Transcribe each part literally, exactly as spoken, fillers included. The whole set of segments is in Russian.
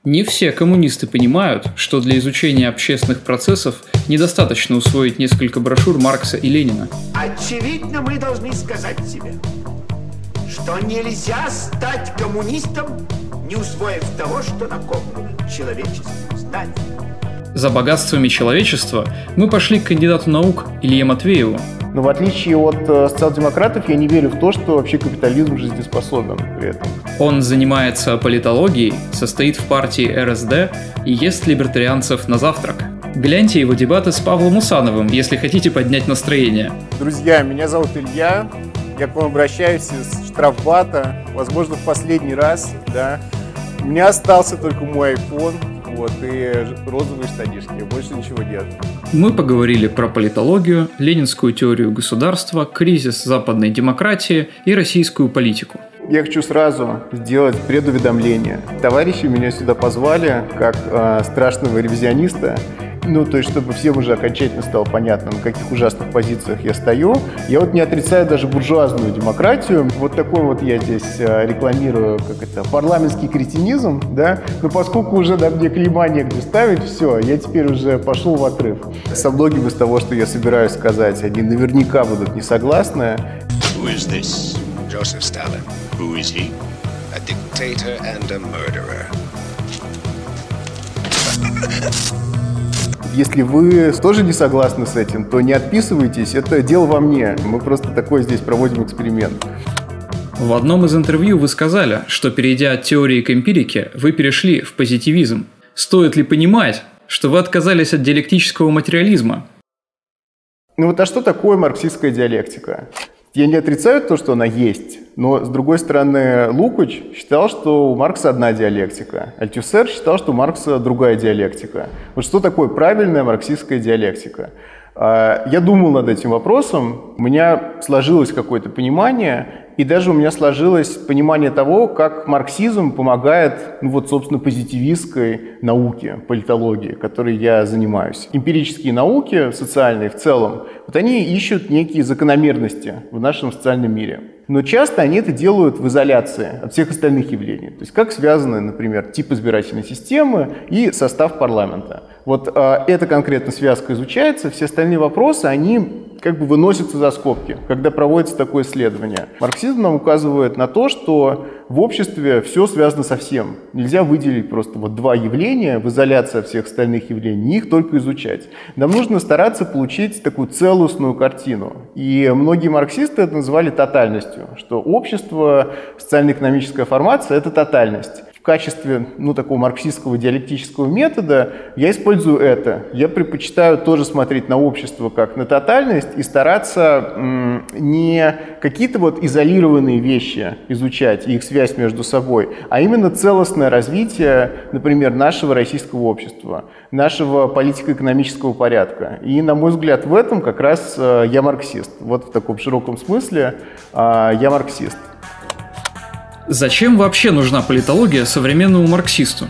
Не все коммунисты понимают, что для изучения общественных процессов недостаточно усвоить несколько брошюр Маркса и Ленина. Очевидно, мы должны сказать себе, что нельзя стать коммунистом, не усвоив того, что накоплено человеческим знанием. За богатствами человечества мы пошли к кандидату наук Илье Матвееву. Но в отличие от э, социал-демократов, я не верю в то, что вообще капитализм жизнеспособен при этом. Он занимается политологией, состоит в партии эр эс дэ и ест либертарианцев на завтрак. Гляньте его дебаты с Павлом Усановым, если хотите поднять настроение. Друзья, меня зовут Илья, я к вам обращаюсь из штрафбата, возможно, в последний раз, да. У меня остался только мой iPhone. Вот, и розовые штанишки, больше ничего нет. Мы поговорили про политологию, ленинскую теорию государства, кризис западной демократии и российскую политику. Я хочу сразу сделать предуведомление. Товарищи меня сюда позвали как э, страшного ревизиониста. Ну, то есть, чтобы всем уже окончательно стало понятно, на каких ужасных позициях я стою. Я вот не отрицаю даже буржуазную демократию. Вот такой вот я здесь рекламирую, как это, парламентский кретинизм, да. Но поскольку уже на мне клейма негде ставить, все, я теперь уже пошел в отрыв. Со многим из того, что я собираюсь сказать, они наверняка будут не согласны. Who is this? Joseph Stalin. Who is he? A dictator and a murderer. Если вы тоже не согласны с этим, то не отписывайтесь, это дело во мне. Мы просто такой здесь проводим эксперимент. В одном из интервью вы сказали, что, перейдя от теории к эмпирике, вы перешли в позитивизм. Стоит ли понимать, что вы отказались от диалектического материализма? Ну вот а что такое марксистская диалектика? Я не отрицаю то, что она есть, но, с другой стороны, Лукач считал, что у Маркса одна диалектика, Альтюсер считал, что у Маркса другая диалектика. Вот что такое правильная марксистская диалектика? Я думал над этим вопросом, у меня сложилось какое-то понимание, и даже у меня сложилось понимание того, как марксизм помогает, ну вот, собственно, позитивистской науке, политологии, которой я занимаюсь. Эмпирические науки, социальные в целом, вот они ищут некие закономерности в нашем социальном мире. Но часто они это делают в изоляции от всех остальных явлений. То есть как связаны, например, тип избирательной системы и состав парламента. Вот э, эта конкретно связка изучается, все остальные вопросы, они как бы выносятся за скобки, когда проводится такое исследование. Марксизм нам указывает на то, что в обществе все связано со всем. Нельзя выделить просто вот два явления в изоляции от всех остальных явлений, их только изучать. Нам нужно стараться получить такую целостную картину. И многие марксисты это называли тотальностью, что общество, социально-экономическая формация – это тотальность. В качестве ну, такого марксистского диалектического метода я использую это. Я предпочитаю тоже смотреть на общество как на тотальность и стараться м, не какие-то вот изолированные вещи изучать и их связь между собой, а именно целостное развитие, например, нашего российского общества, нашего политико-экономического порядка. И, на мой взгляд, в этом как раз э, я марксист. Вот в таком широком смысле э, я марксист. Зачем вообще нужна политология современному марксисту?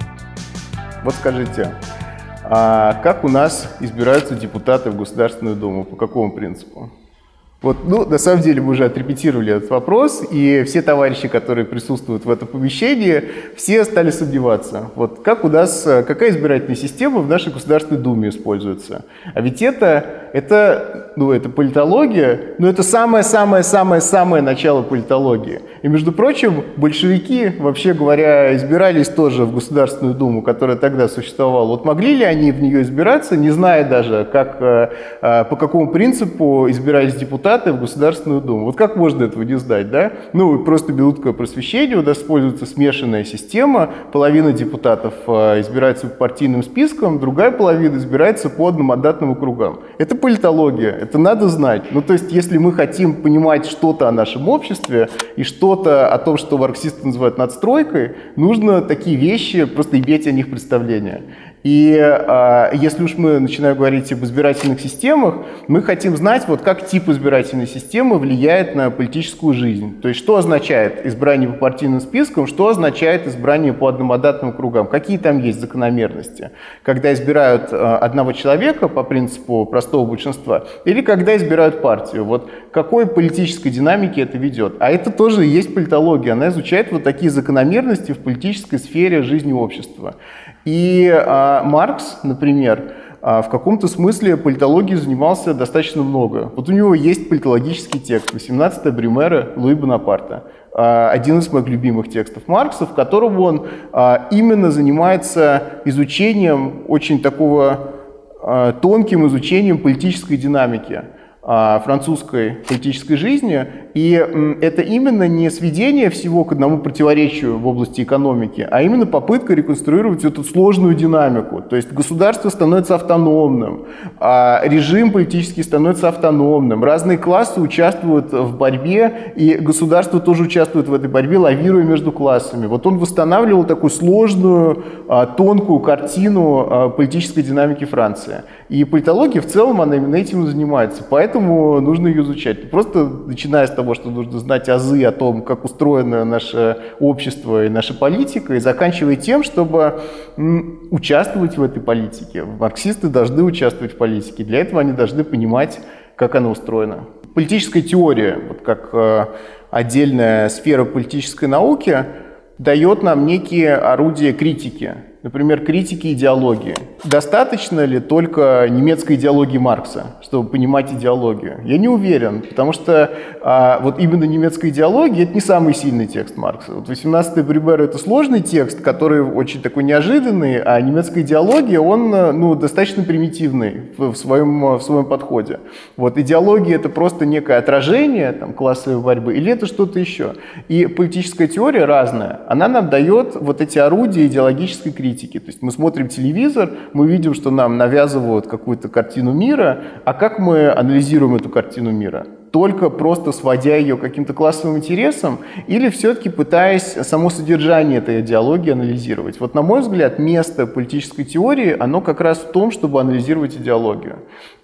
Вот скажите, а как у нас избираются депутаты в Государственную Думу? По какому принципу? Вот, ну, на самом деле мы уже отрепетировали этот вопрос, и все товарищи, которые присутствуют в этом помещении, все стали сомневаться. Вот как у нас, какая избирательная система в нашей Государственной Думе используется? А ведь это, это, ну, это политология, но это самое-самое-самое-самое начало политологии. И, между прочим, большевики, вообще говоря, избирались тоже в Государственную Думу, которая тогда существовала. Вот могли ли они в нее избираться, не зная даже, как, по какому принципу избирались депутаты в Государственную Думу. Вот как можно этого не знать, да? Ну, просто минутка просвещения, у нас используется смешанная система, половина депутатов избирается по партийным спискам, другая половина избирается по одномандатным округам. Это политология, это надо знать. Ну, то есть, если мы хотим понимать что-то о нашем обществе и что-то о том, что марксисты называют надстройкой, нужно такие вещи, просто иметь о них представление. И э, если уж мы начинаем говорить об избирательных системах, мы хотим знать, вот как тип избирательной системы влияет на политическую жизнь. То есть что означает избрание по партийным спискам, что означает избрание по одномандатным округам, какие там есть закономерности. Когда избирают э, одного человека по принципу простого большинства, или когда избирают партию. Вот какой политической динамике это ведет. А это тоже и есть политология. Она изучает вот такие закономерности в политической сфере жизни общества. И а, Маркс, например, а, в каком-то смысле политологией занимался достаточно много. Вот у него есть политологический текст «восемнадцатая Брюмера» Луи Бонапарта. А, один из моих любимых текстов Маркса, в котором он а, именно занимается изучением, очень такого а, тонким изучением политической динамики французской политической жизни, и это именно не сведение всего к одному противоречию в области экономики, а именно попытка реконструировать эту сложную динамику. То есть государство становится автономным, а режим политический становится автономным, разные классы участвуют в борьбе, и государство тоже участвует в этой борьбе, лавируя между классами. Вот он восстанавливал такую сложную, тонкую картину политической динамики Франции. И политология в целом, она именно этим и занимается. Поэтому нужно ее изучать. Просто начиная с того, что нужно знать азы о том, как устроено наше общество и наша политика, и заканчивая тем, чтобы участвовать в этой политике. Марксисты должны участвовать в политике. Для этого они должны понимать, как она устроена. Политическая теория, вот как отдельная сфера политической науки, дает нам некие орудия критики. Например, критики идеологии. Достаточно ли только немецкой идеологии Маркса, чтобы понимать идеологию? Я не уверен, потому что а, вот именно немецкая идеология – это не самый сильный текст Маркса. Вот восемнадцатая Брюмера – это сложный текст, который очень такой неожиданный, а немецкая идеология, он ну, достаточно примитивный в, в, своем, в своем подходе. Вот, идеология – это просто некое отражение там, классовой борьбы, или это что-то еще? И политическая теория разная, она нам дает вот эти орудия идеологической критики. То есть мы смотрим телевизор, мы видим, что нам навязывают какую-то картину мира, а как мы анализируем эту картину мира? Только просто сводя ее к каким-то классовым интересам или все-таки пытаясь само содержание этой идеологии анализировать? Вот на мой взгляд, место политической теории, оно как раз в том, чтобы анализировать идеологию.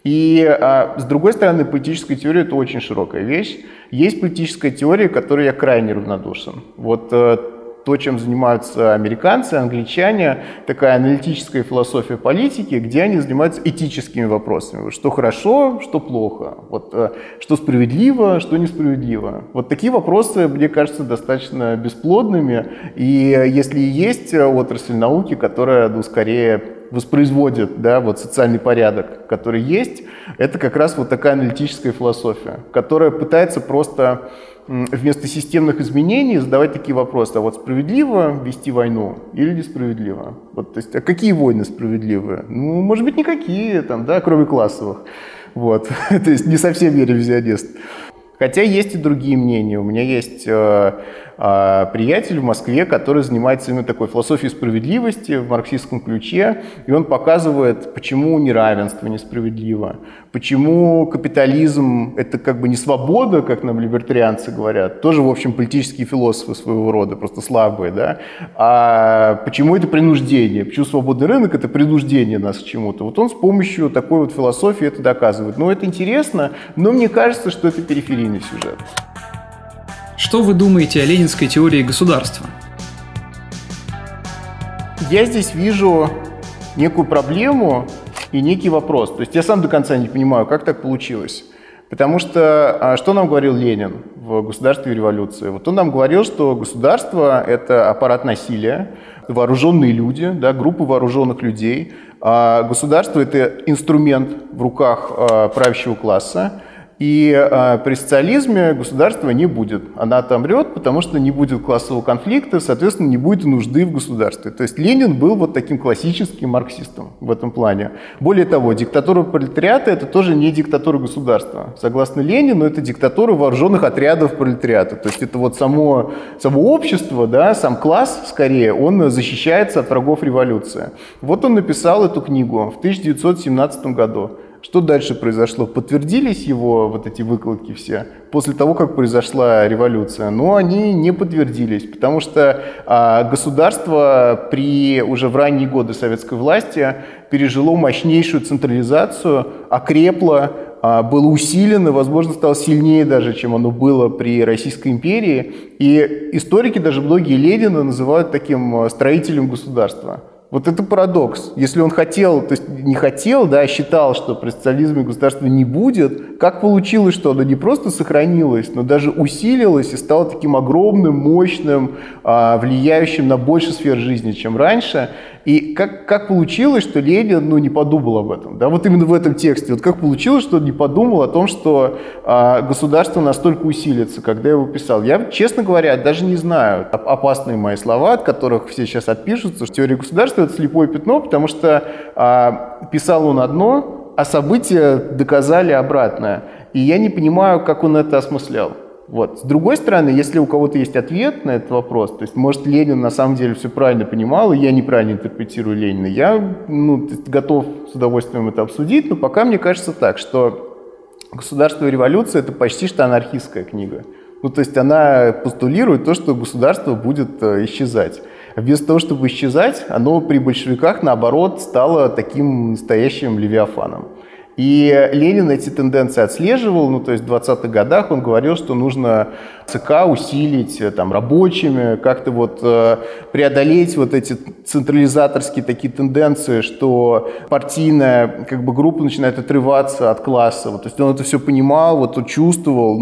И а, с другой стороны, политическая теория – это очень широкая вещь. Есть политическая теория, к которой я крайне равнодушен. Вот то, чем занимаются американцы, англичане, такая аналитическая философия политики, где они занимаются этическими вопросами. Вот что хорошо, что плохо, вот, что справедливо, что несправедливо. Вот такие вопросы, мне кажется, достаточно бесплодными. И если есть отрасль науки, которая, ну, скорее воспроизводит, да, вот социальный порядок, который есть, это как раз вот такая аналитическая философия, которая пытается просто вместо системных изменений задавать такие вопросы. А вот справедливо вести войну или несправедливо? Вот, то есть, а какие войны справедливые? Ну, может быть, никакие, там, да, кроме классовых. Вот. То есть не совсем я ревизионист. Хотя есть и другие мнения. У меня есть э, э, приятель в Москве, который занимается именно такой философией справедливости в марксистском ключе, и он показывает, почему неравенство несправедливо, почему капитализм – это как бы не свобода, как нам либертарианцы говорят, тоже, в общем, политические философы своего рода, просто слабые, да, а почему это принуждение, почему свободный рынок – это принуждение нас к чему-то. Вот он с помощью такой вот философии это доказывает. Ну, это интересно, но мне кажется, что это периферийный сюжет. Что вы думаете о ленинской теории государства? Я здесь вижу некую проблему и некий вопрос. То есть я сам до конца не понимаю, как так получилось. Потому что что нам говорил Ленин в «Государстве и революции»? Вот он нам говорил, что государство – это аппарат насилия, вооруженные люди, да, группа вооруженных людей. А государство – это инструмент в руках правящего класса. И э, при социализме государства не будет. Она отомрет, потому что не будет классового конфликта, соответственно, не будет нужды в государстве. То есть Ленин был вот таким классическим марксистом в этом плане. Более того, диктатура пролетариата – это тоже не диктатура государства. Согласно Ленину, это диктатура вооруженных отрядов пролетариата. То есть это вот само, само общество, да, сам класс, скорее, он защищается от врагов революции. Вот он написал эту книгу в тысяча девятьсот семнадцатом году. Что дальше произошло? Подтвердились его вот эти выкладки все после того, как произошла революция? Но они не подтвердились, потому что а, государство при уже в ранние годы советской власти пережило мощнейшую централизацию, окрепло, а, было усилено, возможно, стало сильнее даже, чем оно было при Российской империи. И историки, даже многие Ленина, называют таким строителем государства. Вот это парадокс. Если он хотел, то есть не хотел, да, а считал, что при социализме государства не будет, как получилось, что оно не просто сохранилось, но даже усилилось и стало таким огромным, мощным, влияющим на больше сфер жизни, чем раньше. И как, как получилось, что Ленин ну, не подумал об этом? Да? Вот именно в этом тексте. Вот как получилось, что он не подумал о том, что а, государство настолько усилится, когда я его писал? Я, честно говоря, даже не знаю. Опасные мои слова, от которых все сейчас отпишутся, что теория государства – это слепое пятно, потому что а, писал он одно, а события доказали обратное. И я не понимаю, как он это осмыслял. Вот. С другой стороны, если у кого-то есть ответ на этот вопрос, то есть, может, Ленин на самом деле все правильно понимал, и я неправильно интерпретирую Ленина, я ну, готов с удовольствием это обсудить, но пока мне кажется так, что «Государство и революция» — это почти что анархистская книга. Ну, то есть она постулирует то, что государство будет исчезать. А вместо того, чтобы исчезать, оно при большевиках, наоборот, стало таким настоящим левиафаном. И Ленин эти тенденции отслеживал, ну, то есть в двадцатых годах он говорил, что нужно ЦК усилить там, рабочими, как-то вот э, преодолеть вот эти централизаторские такие тенденции, что партийная как бы, группа начинает отрываться от класса. Вот, то есть он это все понимал, вот, он чувствовал,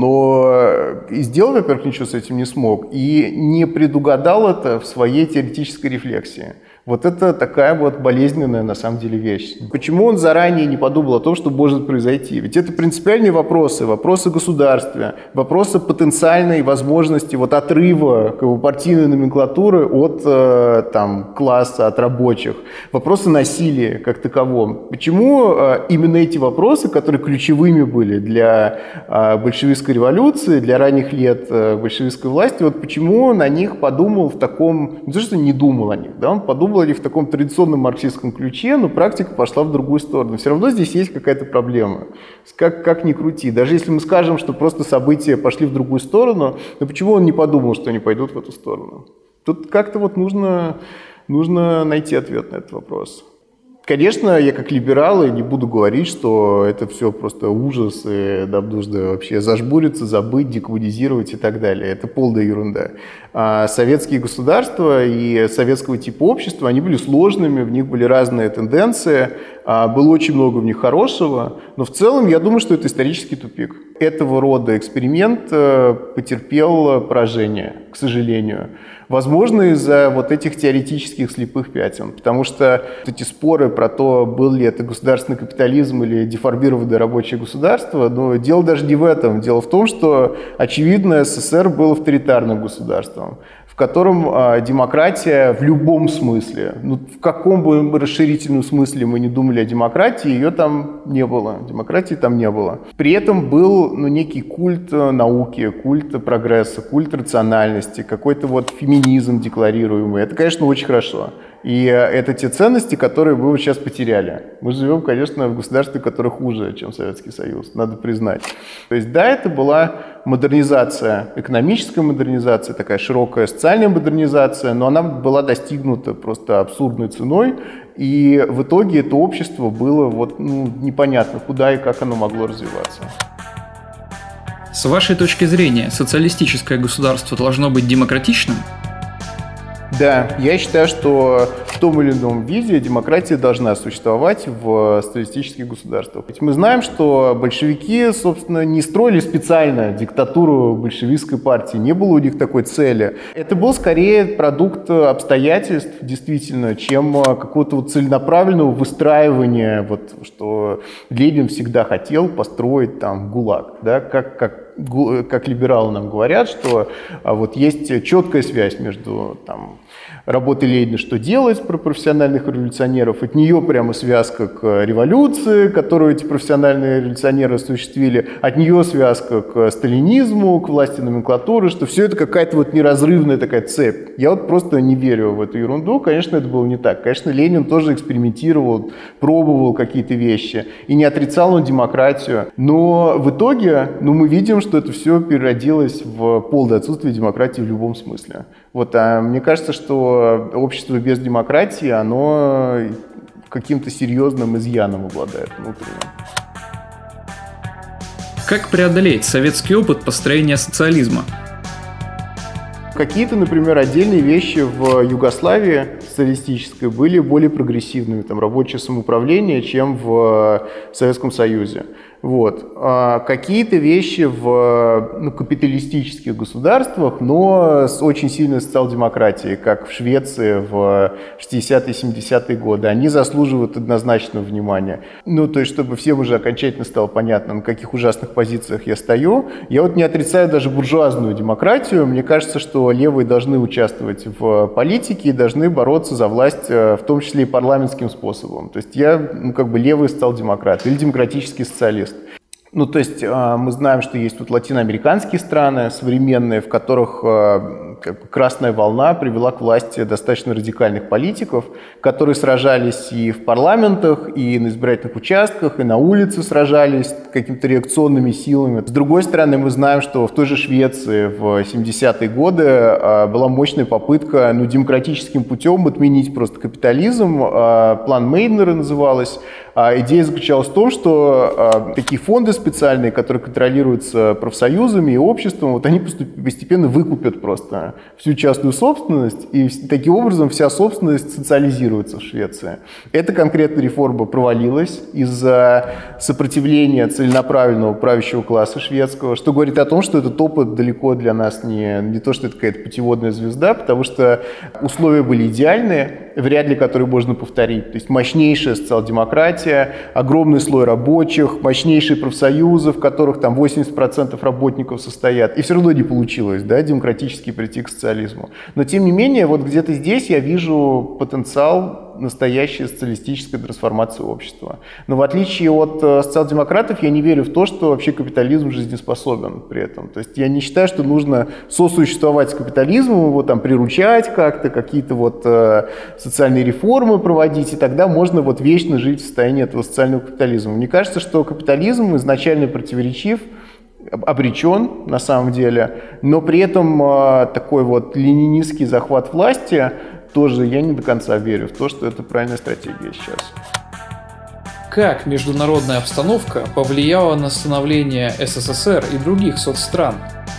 но и сделать, во-первых, ничего с этим не смог, и не предугадал это в своей теоретической рефлексии. Вот это такая вот болезненная на самом деле вещь. Почему он заранее не подумал о том, что может произойти? Ведь это принципиальные вопросы, вопросы государства, вопросы потенциальной возможности вот отрыва как бы, партийной номенклатуры от э, там, класса, от рабочих, вопросы насилия как такового. Почему э, именно эти вопросы, которые ключевыми были для э, большевистской революции, для ранних лет э, большевистской власти, вот почему на них подумал в таком, не то что не думал о них, да, он подумал в таком традиционном марксистском ключе, но практика пошла в другую сторону. Все равно здесь есть какая-то проблема. Как, как ни крути. Даже если мы скажем, что просто события пошли в другую сторону, но почему он не подумал, что они пойдут в эту сторону? Тут как-то вот нужно, нужно найти ответ на этот вопрос. Конечно, я как либерал и не буду говорить, что это все просто ужас, и нам нужно вообще зажмуриться, забыть, декоммунизировать и так далее. Это полная ерунда. А советские государства и советского типа общества, они были сложными, в них были разные тенденции, было очень много в них хорошего, но в целом я думаю, что это исторический тупик. Этого рода эксперимент потерпел поражение, к сожалению. Возможно, из-за вот этих теоретических слепых пятен, потому что вот эти споры про то, был ли это государственный капитализм или деформированное рабочее государство, но дело даже не в этом. Дело в том, что, очевидно, СССР был авторитарным государством, в котором э, демократия в любом смысле, ну, в каком бы расширительном смысле мы не думали о демократии, ее там не было, демократии там не было. При этом был ну, некий культ науки, культ прогресса, культ рациональности, какой-то вот феминизм декларируемый. Это, конечно, очень хорошо. И это те ценности, которые мы вот сейчас потеряли. Мы живем, конечно, в государстве, которое хуже, чем Советский Союз, надо признать. То есть, да, это была модернизация, экономическая модернизация, такая широкая социальная модернизация, но она была достигнута просто абсурдной ценой, и в итоге это общество было вот, ну, непонятно, куда и как оно могло развиваться. С вашей точки зрения, социалистическое государство должно быть демократичным? Да, я считаю, что в том или ином виде демократия должна существовать в социалистических государствах. Ведь мы знаем, что большевики, собственно, не строили специально диктатуру большевистской партии, не было у них такой цели. Это был скорее продукт обстоятельств, действительно, чем какого-то вот целенаправленного выстраивания, вот, что Ленин всегда хотел построить там ГУЛАГ, да, как, как как либералы нам говорят, что вот есть четкая связь между там, работы Ленина «Что делать» про профессиональных революционеров. От нее прямо связка к революции, которую эти профессиональные революционеры осуществили. От нее связка к сталинизму, к власти номенклатуры, что все это какая-то вот неразрывная такая цепь. Я вот просто не верю в эту ерунду. Конечно, это было не так. Конечно, Ленин тоже экспериментировал, пробовал какие-то вещи. И не отрицал он демократию. Но в итоге ну, мы видим, что это все переродилось в полное отсутствие демократии в любом смысле. Вот, а мне кажется, что общество без демократии, оно каким-то серьезным изъяном обладает внутренним. Как преодолеть советский опыт построения социализма? Какие-то, например, отдельные вещи в Югославии социалистической были более прогрессивными, там, рабочее самоуправление, чем в Советском Союзе. Вот. А какие-то вещи в ну, капиталистических государствах, но с очень сильной социал-демократией, как в Швеции в шестидесятые и семидесятые годы, они заслуживают однозначного внимания. Ну, то есть, чтобы всем уже окончательно стало понятно, на каких ужасных позициях я стою. Я вот не отрицаю даже буржуазную демократию. Мне кажется, что левые должны участвовать в политике и должны бороться за власть, в том числе и парламентским способом. То есть я, ну, как бы левый социал-демократ или демократический социалист. Ну, то есть мы знаем, что есть вот латиноамериканские страны современные, в которых как бы красная волна привела к власти достаточно радикальных политиков, которые сражались и в парламентах, и на избирательных участках, и на улице сражались какими-то реакционными силами. С другой стороны, мы знаем, что в той же Швеции в семидесятые годы была мощная попытка ну, демократическим путем отменить просто капитализм. План Мейднера называлось. Идея заключалась в том, что такие фонды специальные, которые контролируются профсоюзами и обществом, вот они постепенно выкупят просто всю частную собственность, и таким образом вся собственность социализируется в Швеции. Эта конкретная реформа провалилась из-за сопротивления целенаправленного правящего класса шведского, что говорит о том, что этот опыт далеко для нас не, не то, что это какая-то путеводная звезда, потому что условия были идеальные, вряд ли которые можно повторить. То есть мощнейшая социал-демократия, огромный слой рабочих, мощнейшие профсоюзы, в которых там восемьдесят процентов работников состоят. И все равно не получилось, да, демократически прийти к социализму. Но тем не менее, вот где-то здесь я вижу потенциал настоящей социалистической трансформации общества. Но в отличие от социал-демократов, я не верю в то, что вообще капитализм жизнеспособен при этом. То есть я не считаю, что нужно сосуществовать с капитализмом, его там приручать как-то, какие-то вот э, социальные реформы проводить, и тогда можно вот вечно жить в состоянии этого социального капитализма. Мне кажется, что капитализм изначально противоречив, обречен на самом деле, но при этом э, такой вот ленинистский захват власти тоже я не до конца верю в то, что это правильная стратегия сейчас. Как международная обстановка повлияла на становление СССР и других соцстран?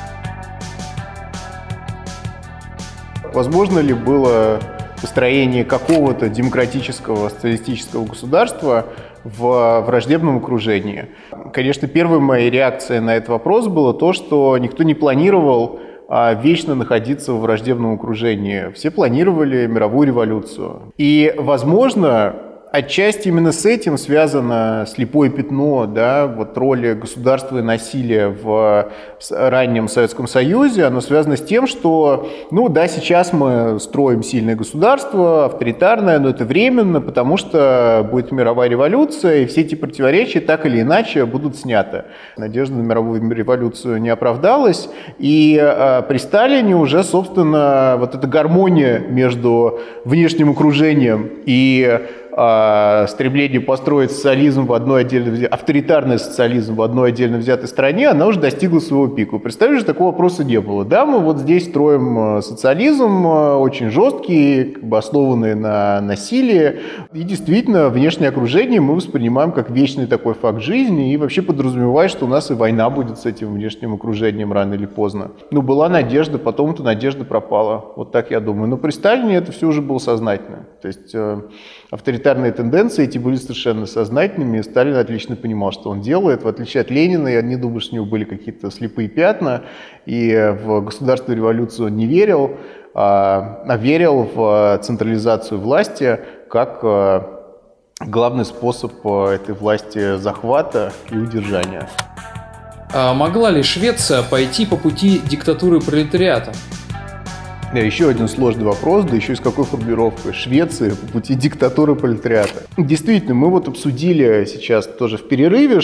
Возможно ли было построение какого-то демократического социалистического государства в враждебном окружении? Конечно, первой моей реакцией на этот вопрос было то, что никто не планировал вечно находиться в враждебном окружении. Все планировали мировую революцию. И, возможно, отчасти именно с этим связано слепое пятно, да, вот роли государства и насилия в раннем Советском Союзе. Оно связано с тем, что, ну да, сейчас мы строим сильное государство, авторитарное, но это временно, потому что будет мировая революция, и все эти противоречия так или иначе будут сняты. Надежда на мировую революцию не оправдалась, и э, при Сталине уже, собственно, вот эта гармония между внешним окружением и стремление построить социализм в одной отдельно авторитарный социализм в одной отдельно взятой стране, она уже достигла своего пика. Представляешь, что такого вопроса не было. Да, мы вот здесь строим социализм очень жесткий, как бы основанный на насилии, и действительно внешнее окружение мы воспринимаем как вечный такой факт жизни и вообще подразумевает, что у нас и война будет с этим внешним окружением рано или поздно. Ну, была надежда, потом эта надежда пропала. Вот так я думаю. Но при Сталине это все уже было сознательно. То есть авторитарные тенденции эти были совершенно сознательными, и Сталин отлично понимал, что он делает. В отличие от Ленина, я не думаю, что у него были какие-то слепые пятна, и в государственную революцию он не верил, а верил в централизацию власти как главный способ этой власти захвата и удержания. А могла ли Швеция пойти по пути диктатуры пролетариата? Да, еще один сложный вопрос, да еще и с какой формулировкой? Швеция по пути диктатуры пролетариата. Действительно, мы вот обсудили сейчас тоже в перерыве,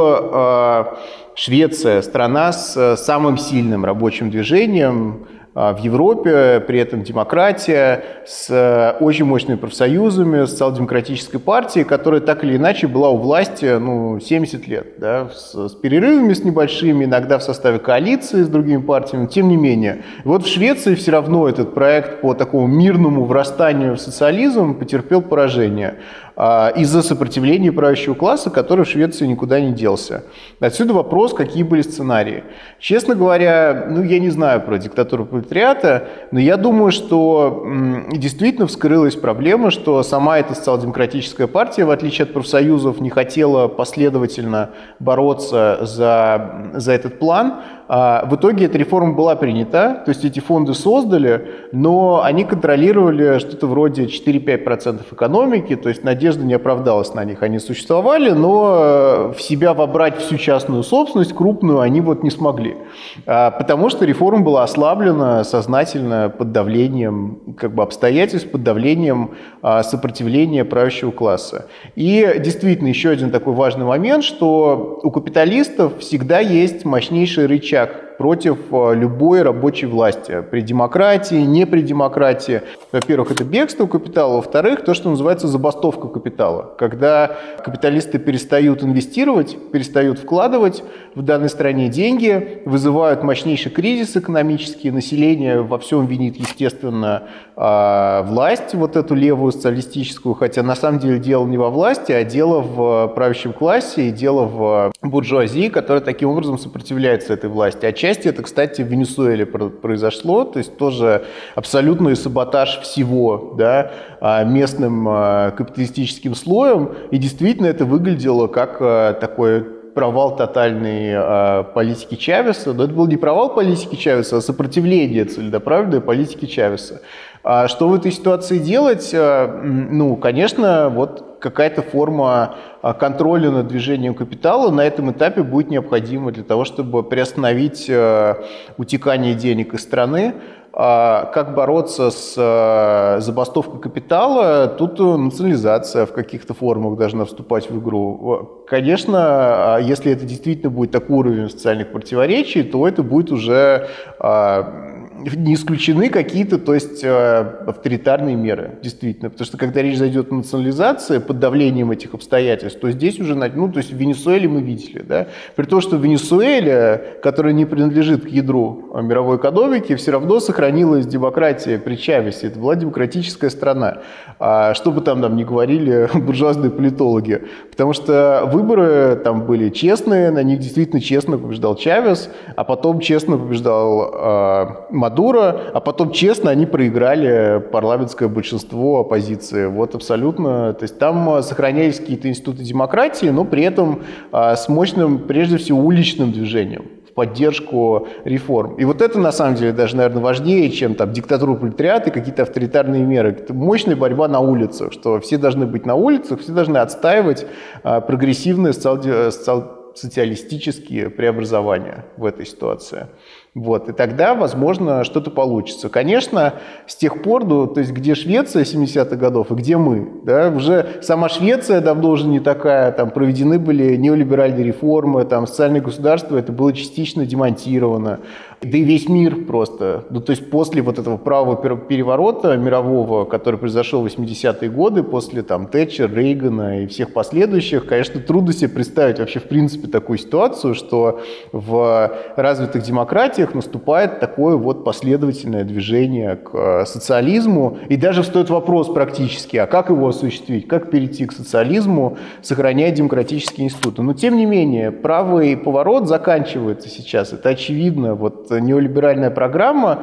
что э, Швеция – страна с самым сильным рабочим движением в Европе, при этом демократия, с очень мощными профсоюзами, с социал-демократической партией, которая так или иначе была у власти ну, семьдесят лет, да, с, с перерывами с небольшими, иногда в составе коалиции с другими партиями, но тем не менее. Вот в Швеции все равно этот проект по такому мирному врастанию в социализм потерпел поражение из-за сопротивления правящего класса, который в Швеции никуда не делся. Отсюда вопрос, какие были сценарии. Честно говоря, ну я не знаю про диктатуру пролетариата, но я думаю, что м, действительно вскрылась проблема, что сама эта социал-демократическая партия, в отличие от профсоюзов, не хотела последовательно бороться за, за этот план. А в итоге эта реформа была принята, то есть эти фонды создали, но они контролировали что-то вроде четыре-пять процентов экономики, то есть надежда не оправдалась на них. Они существовали, но в себя вобрать всю частную собственность, крупную, они вот не смогли. Потому что реформа была ослаблена сознательно под давлением как бы, обстоятельств, под давлением сопротивления правящего класса. И действительно, еще один такой важный момент, что у капиталистов всегда есть мощнейший рычаг против любой рабочей власти. При демократии, не при демократии. Во-первых, это бегство капитала. Во-вторых, то, что называется забастовка капитала. Когда капиталисты перестают инвестировать, перестают вкладывать в данной стране деньги, вызывают мощнейший кризис экономический, население во всем винит, естественно, власть, вот эту левую социалистическую, хотя на самом деле дело не во власти, а дело в правящем классе и дело в буржуазии, которая таким образом сопротивляется этой власти. Отчасти это, кстати, в Венесуэле произошло, то есть тоже абсолютный саботаж всего, да, местным капиталистическим слоем, и действительно это выглядело как такой провал тотальной э, политики Чавеса, но это был не провал политики Чавеса, а сопротивление целенаправленной политики Чавеса. А что в этой ситуации делать? Ну, конечно, вот какая-то форма контроля над движением капитала на этом этапе будет необходима для того, чтобы приостановить утекание денег из страны. Как бороться с забастовкой капитала? Тут национализация в каких-то формах должна вступать в игру. Конечно, если это действительно будет такой уровень социальных противоречий, то это будет уже не исключены какие-то, то есть авторитарные меры, действительно. Потому что когда речь зайдет о национализации под давлением этих обстоятельств, то здесь уже, ну, то есть в Венесуэле мы видели, да, при том, что Венесуэля, которая не принадлежит к ядру мировой экономики, все равно сохранилась демократия при Чавесе. Это была демократическая страна. А что бы там нам ни говорили буржуазные политологи, потому что выборы там были честные, на них действительно честно побеждал Чавес, а потом честно побеждал э, Мадуро, а потом честно они проиграли парламентское большинство оппозиции. Вот абсолютно. То есть там сохранялись какие-то институты демократии, но при этом э, с мощным, прежде всего, уличным движением в поддержку реформ. И вот это, на самом деле, даже, наверное, важнее, чем там диктатура пролетариата и какие-то авторитарные меры. Это мощная борьба на улицах, что все должны быть на улицах, все должны отстаивать э, прогрессивные социал- социал- социалистические преобразования в этой ситуации. Вот. И тогда, возможно, что-то получится. Конечно, с тех пор, ну, то есть где Швеция семидесятых годов и где мы, да, уже сама Швеция давно уже не такая, там проведены были неолиберальные реформы, там социальное государство, это было частично демонтировано. Да и весь мир просто. Ну, то есть после вот этого правого переворота мирового, который произошел в восьмидесятые годы, после там Тэтчер, Рейгана и всех последующих, конечно, трудно себе представить вообще в принципе такую ситуацию, что в развитых демократиях наступает такое вот последовательное движение к социализму. И даже встает вопрос практически, а как его осуществить, как перейти к социализму, сохраняя демократические институты. Но тем не менее, правый поворот заканчивается сейчас. Это очевидно. Вот неолиберальная программа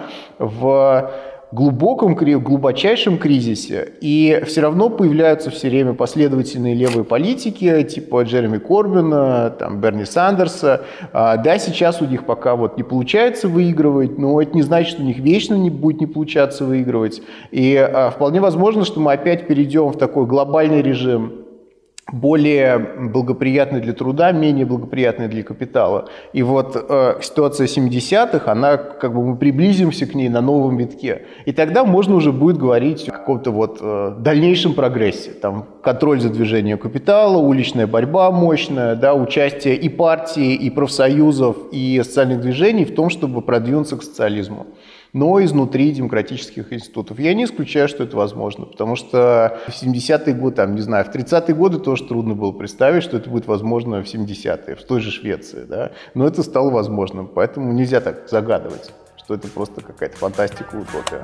в глубоком, глубочайшем кризисе, и все равно появляются все время последовательные левые политики, типа Джереми Корбина, там, Берни Сандерса. Да, сейчас у них пока вот не получается выигрывать, но это не значит, что у них вечно не будет не получаться выигрывать. И вполне возможно, что мы опять перейдем в такой глобальный режим более благоприятной для труда, менее благоприятной для капитала. И вот э, ситуация семидесятых, она, как бы мы приблизимся к ней на новом витке. И тогда можно уже будет говорить о каком-то вот э, дальнейшем прогрессе. Там контроль за движением капитала, уличная борьба мощная, да, участие и партии, и профсоюзов, и социальных движений в том, чтобы продвинуться к социализму, но изнутри демократических институтов. Я не исключаю, что это возможно, потому что в семидесятые годы, там, не знаю, в тридцатые годы тоже трудно было представить, что это будет возможно в семидесятые, в той же Швеции, да? Но это стало возможным, поэтому нельзя так загадывать, что это просто какая-то фантастика, утопия.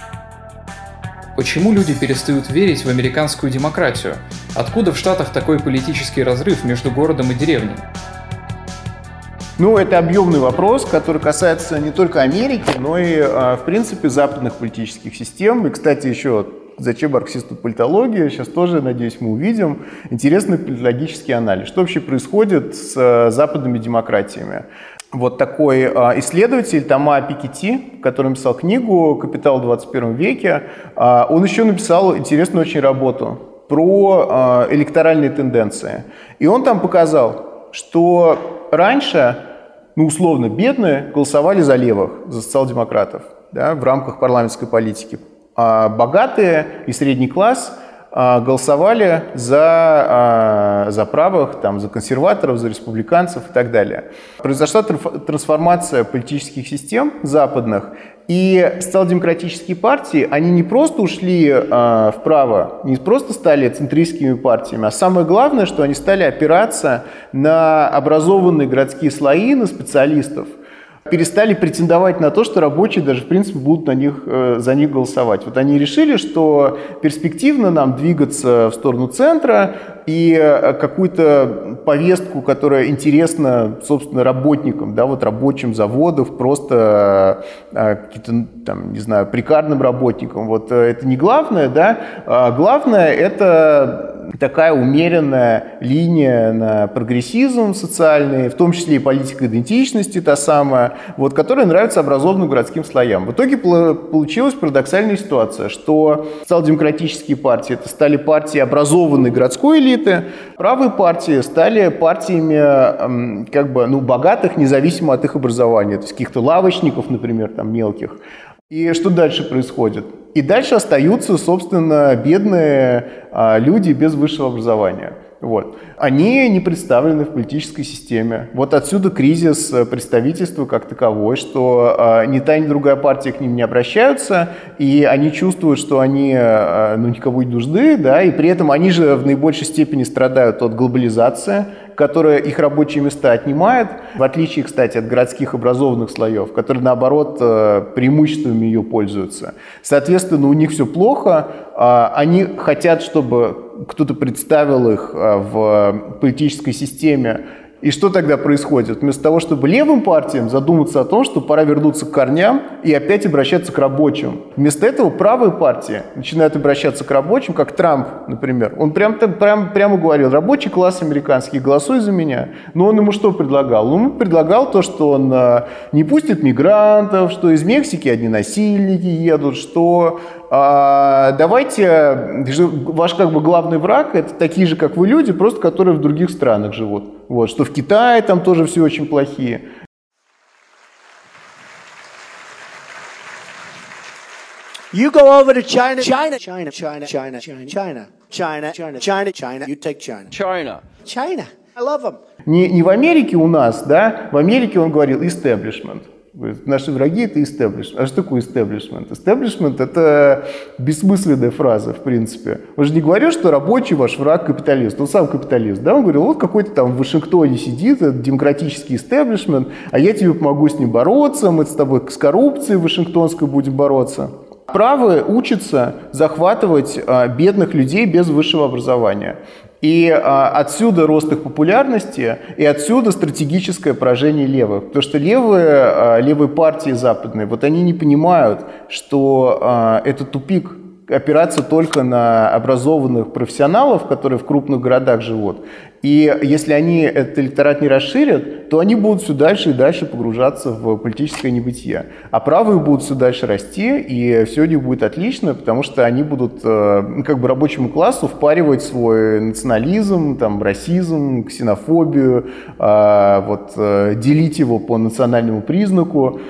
Почему люди перестают верить в американскую демократию? Откуда в Штатах такой политический разрыв между городом и деревней? Ну, это объемный вопрос, который касается не только Америки, но и, в принципе, западных политических систем. И, кстати, еще зачем марксисту политология, сейчас тоже, надеюсь, мы увидим интересный политологический анализ. Что вообще происходит с западными демократиями? Вот такой исследователь Тома Piketty, который написал книгу «Капитал в двадцать первом веке», он еще написал интересную очень работу про электоральные тенденции. И он там показал, что раньше, ну, условно, бедные голосовали за левых, за социал-демократов, да, в рамках парламентской политики. А богатые и средний класс а, голосовали за, а, за правых, там, за консерваторов, за республиканцев и так далее. Произошла трансформация политических систем западных, и социал-демократические партии, они не просто ушли а, вправо, не просто стали центристскими партиями, а самое главное, что они стали опираться на образованные городские слои, на специалистов, перестали претендовать на то, что рабочие даже, в принципе, будут на них, за них голосовать. Вот они решили, что перспективно нам двигаться в сторону центра, и какую-то повестку, которая интересна, собственно, работникам, да, вот рабочим заводов, просто каким-то, там, не знаю, прекарным работникам. Вот это не главное, да, а главное — это такая умеренная линия на прогрессизм социальный, в том числе и политика идентичности та самая, вот, которая нравится образованным городским слоям. В итоге получилась парадоксальная ситуация, что социал-демократические партии это стали партии образованной городской элиты, правые партии стали партиями как бы, ну, богатых, независимо от их образования, то есть каких-то лавочников, например, там, мелких. И что дальше происходит? И дальше остаются, собственно, бедные а, люди без высшего образования. Вот. Они не представлены в политической системе. Вот отсюда кризис представительства как таковой, что а, ни та, ни другая партия к ним не обращаются, и они чувствуют, что они а, ну, никому не нужны, да, и при этом они же в наибольшей степени страдают от глобализации, которая их рабочие места отнимает, в отличие, кстати, от городских образованных слоев, которые, наоборот, преимуществами ее пользуются. Соответственно, у них все плохо, они хотят, чтобы кто-то представил их в политической системе. И что тогда происходит? Вместо того, чтобы левым партиям задуматься о том, что пора вернуться к корням и опять обращаться к рабочим. Вместо этого правые партии начинают обращаться к рабочим, как Трамп, например. Он прям, прям, прямо говорил: рабочий класс американский, голосуй за меня. Но он ему что предлагал? Он ему предлагал то, что он не пустит мигрантов, что из Мексики одни насильники едут, что... А, давайте, ваш как бы главный враг — это такие же, как вы, люди, просто которые в других странах живут. Вот, что в Китае там тоже все очень плохие. You go over to China, China, China, China, China, China, China, China, China, China, China. You take China. China. China. I love them. Не, не в Америке у нас, да? В Америке он говорил establishment. Наши враги — это establishment. А что такое establishment? Establishment — это бессмысленная фраза, в принципе. Он же не говорил, что рабочий ваш враг капиталист. Он сам капиталист, да? Он говорил: вот какой-то там в Вашингтоне сидит этот демократический establishment, а я тебе помогу с ним бороться, мы с тобой с коррупцией вашингтонской будем бороться. Правые учатся захватывать а, бедных людей без высшего образования. И а, отсюда рост их популярности, и отсюда стратегическое поражение левых. Потому что левые, а, левые партии западные, вот они не понимают, что а, это тупик, опираться только на образованных профессионалов, которые в крупных городах живут. И если они этот электорат не расширят, то они будут все дальше и дальше погружаться в политическое небытие. А правые будут все дальше расти, и все у них будет отлично, потому что они будут как бы рабочему классу впаривать свой национализм, там, расизм, ксенофобию, вот, делить его по национальному признаку.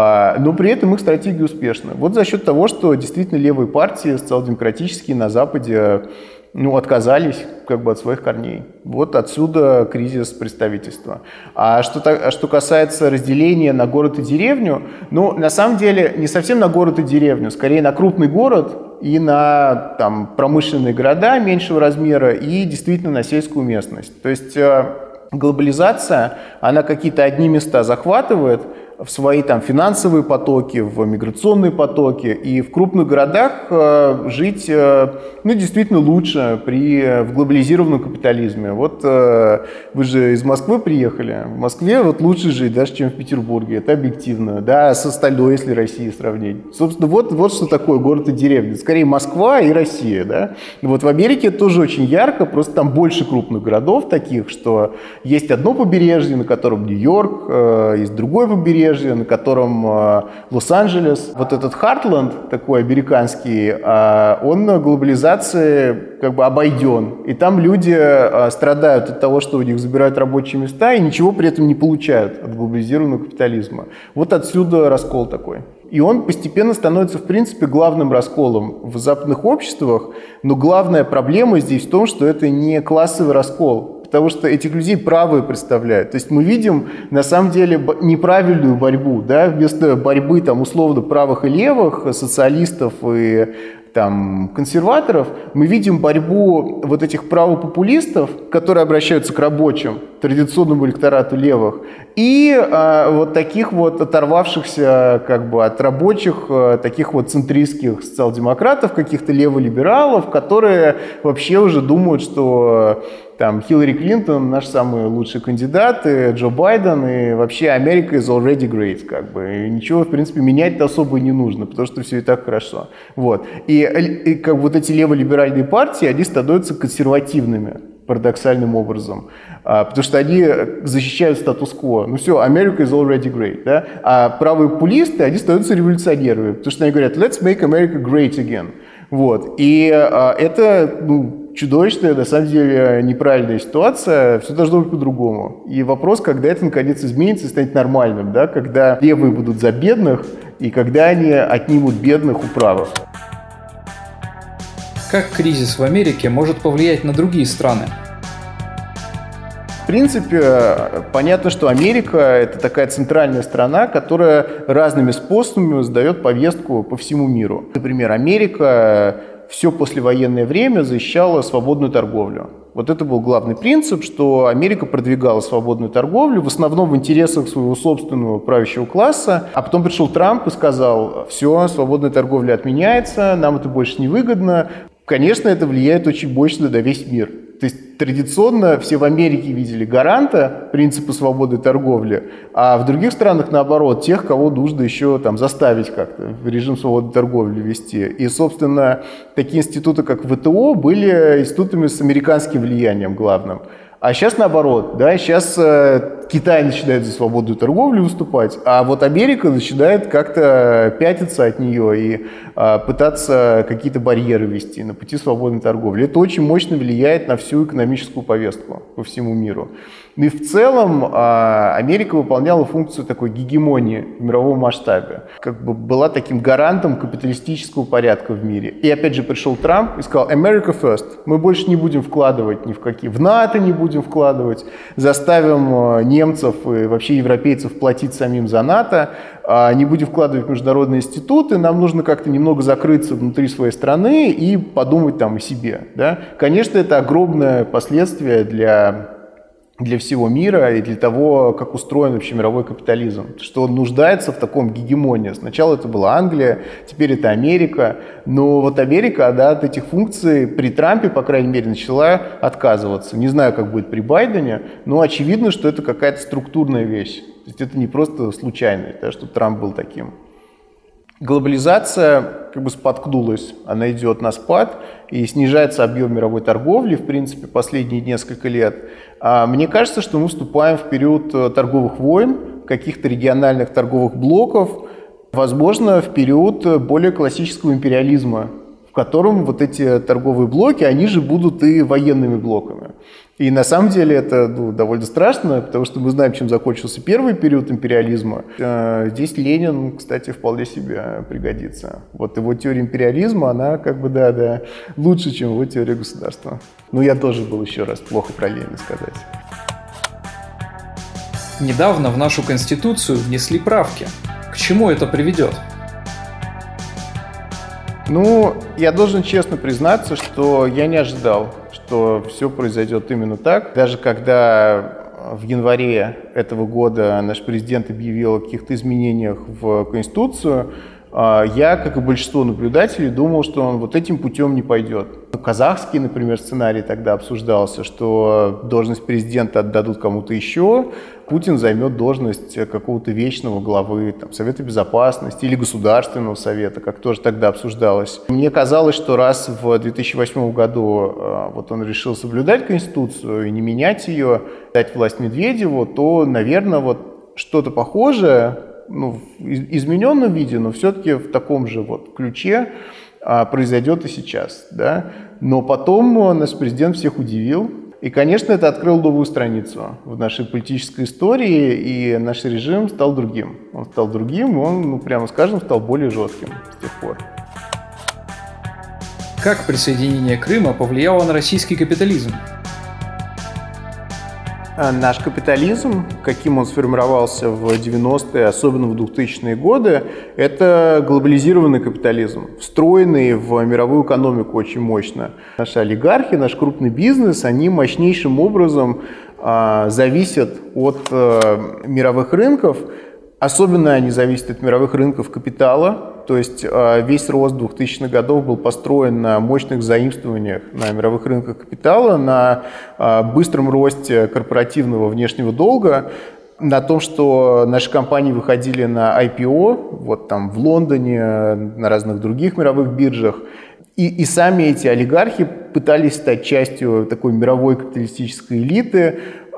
Но при этом их стратегия успешна. Вот за счет того, что действительно левые партии, социал-демократические на Западе, ну, отказались как бы от своих корней. Вот отсюда кризис представительства. А что, а что касается разделения на город и деревню, ну, на самом деле, не совсем на город и деревню, скорее на крупный город и на там, промышленные города меньшего размера и действительно на сельскую местность. То есть глобализация, она какие-то одни места захватывает, в свои там финансовые потоки, в миграционные потоки, и в крупных городах э, жить, э, ну, действительно лучше при, в глобализированном капитализме. Вот э, вы же из Москвы приехали, в Москве вот лучше жить даже, чем в Петербурге, это объективно, да, с остальной, если Россией сравнить. Собственно, вот, вот что такое город и деревня, скорее Москва и Россия, да. Вот в Америке это тоже очень ярко, просто там больше крупных городов таких, что есть одно побережье, на котором Нью-Йорк, э, есть другое побережье, на котором э, Лос-Анджелес. Вот этот Хартленд, такой американский, э, он на глобализации как бы обойден. И там люди э, страдают от того, что у них забирают рабочие места, и ничего при этом не получают от глобализированного капитализма. Вот отсюда раскол такой. И он постепенно становится, в принципе, главным расколом в западных обществах. Но главная проблема здесь в том, что это не классовый раскол. Потому что этих людей правые представляют. То есть мы видим, на самом деле, неправильную борьбу. Да? Вместо борьбы там, условно правых и левых, социалистов и там, консерваторов, мы видим борьбу вот этих правопопулистов, которые обращаются к рабочим, традиционному электорату левых, и а, вот таких вот оторвавшихся как бы от рабочих, а, таких вот центристских социал-демократов, каких-то леволибералов, которые вообще уже думают, что там Хиллари Клинтон наш самый лучший кандидат, и Джо Байден, и вообще Америка is already great, как бы, и ничего, в принципе, менять-то особо и не нужно, потому что все и так хорошо. Вот. И, и как бы вот эти леволиберальные партии, они становятся консервативными, парадоксальным образом, а, потому что они защищают статус-кво. Ну все, America is already great, да? А правые популисты, они становятся революционерами, потому что они говорят, let's make America great again. Вот. И а, это, ну, чудовищная, на самом деле, неправильная ситуация, все должно быть по-другому. И вопрос, когда это наконец изменится и станет нормальным, да? Когда левые будут за бедных, и когда они отнимут бедных у правых. Как кризис в Америке может повлиять на другие страны? В принципе, понятно, что Америка – это такая центральная страна, которая разными способами задает повестку по всему миру. Например, Америка все послевоенное время защищала свободную торговлю. Вот это был главный принцип, что Америка продвигала свободную торговлю, в основном в интересах своего собственного правящего класса. А потом пришел Трамп и сказал, все, свободная торговля отменяется, нам это больше не выгодно. Конечно, это влияет очень мощно на весь мир. То есть традиционно все в Америке видели гаранта принципа свободы торговли, а в других странах, наоборот, тех, кого нужно еще там заставить как-то в режим свободы торговли ввести. И, собственно, такие институты, как ВТО, были институтами с американским влиянием главным. А сейчас наоборот, да, сейчас э, Китай начинает за свободную торговлю выступать, а вот Америка начинает как-то пятиться от нее и э, пытаться какие-то барьеры ввести на пути свободной торговли. Это очень мощно влияет на всю экономическую повестку по всему миру. Ну и в целом э, Америка выполняла функцию такой гегемонии в мировом масштабе, как бы была таким гарантом капиталистического порядка в мире. И опять же пришел Трамп и сказал «America first», мы больше не будем вкладывать ни в какие, в НАТО не будем вкладывать, заставим немцев и вообще европейцев платить самим за НАТО, не будем вкладывать в международные институты, нам нужно как-то немного закрыться внутри своей страны и подумать там о себе. Да? Конечно, это огромное последствие для, для всего мира и для того, как устроен вообще мировой капитализм, что он нуждается в таком гегемонии. Сначала это была Англия, теперь это Америка, но вот Америка, да, от этих функций при Трампе, по крайней мере, начала отказываться. Не знаю, как будет при Байдене, но очевидно, что это какая-то структурная вещь. То есть это не просто случайность, да, что Трамп был таким. Глобализация, как бы споткнулась, она идет на спад, и снижается объем мировой торговли, в принципе, последние несколько лет. А мне кажется, что мы вступаем в период торговых войн, каких-то региональных торговых блоков, возможно, в период более классического империализма, в котором вот эти торговые блоки, они же будут и военными блоками. И на самом деле это ну, довольно страшно, потому что мы знаем, чем закончился первый период империализма. Здесь Ленин, кстати, вполне себе пригодится. Вот его теория империализма, она как бы, да, да, лучше, чем его теория государства. Ну, я тоже был еще раз плохо про Ленина сказать. Недавно в нашу Конституцию внесли правки. К чему это приведет? Ну, я должен честно признаться, что я не ожидал, что все произойдет именно так. Даже когда в январе этого года наш президент объявил о каких-то изменениях в Конституцию, я, как и большинство наблюдателей, думал, что он вот этим путем не пойдет. Казахский, например, сценарий тогда обсуждался, что должность президента отдадут кому-то еще, Путин займет должность какого-то вечного главы там, Совета Безопасности или Государственного совета, как тоже тогда обсуждалось. Мне казалось, что раз в две тысячи восьмом году вот он решил соблюдать Конституцию и не менять ее, дать власть Медведеву, то, наверное, вот что-то похожее, ну, в измененном виде, но все-таки в таком же вот ключе а, произойдет и сейчас. Да? Но потом наш президент всех удивил. И, конечно, это открыло новую страницу в нашей политической истории, и наш режим стал другим. Он стал другим, он, ну, прямо скажем, стал более жестким с тех пор. Как присоединение Крыма повлияло на российский капитализм? Наш капитализм, каким он сформировался в девяностые, особенно в двухтысячные годы, это глобализированный капитализм, встроенный в мировую экономику очень мощно. Наши олигархи, наш крупный бизнес, они мощнейшим образом а, зависят от а, мировых рынков. Особенно они зависят от мировых рынков капитала, то есть весь рост двухтысячных годов был построен на мощных заимствованиях на мировых рынках капитала, на быстром росте корпоративного внешнего долга, на том, что наши компании выходили на ай пи о, вот там в Лондоне, на разных других мировых биржах, и, и сами эти олигархи пытались стать частью такой мировой капиталистической элиты,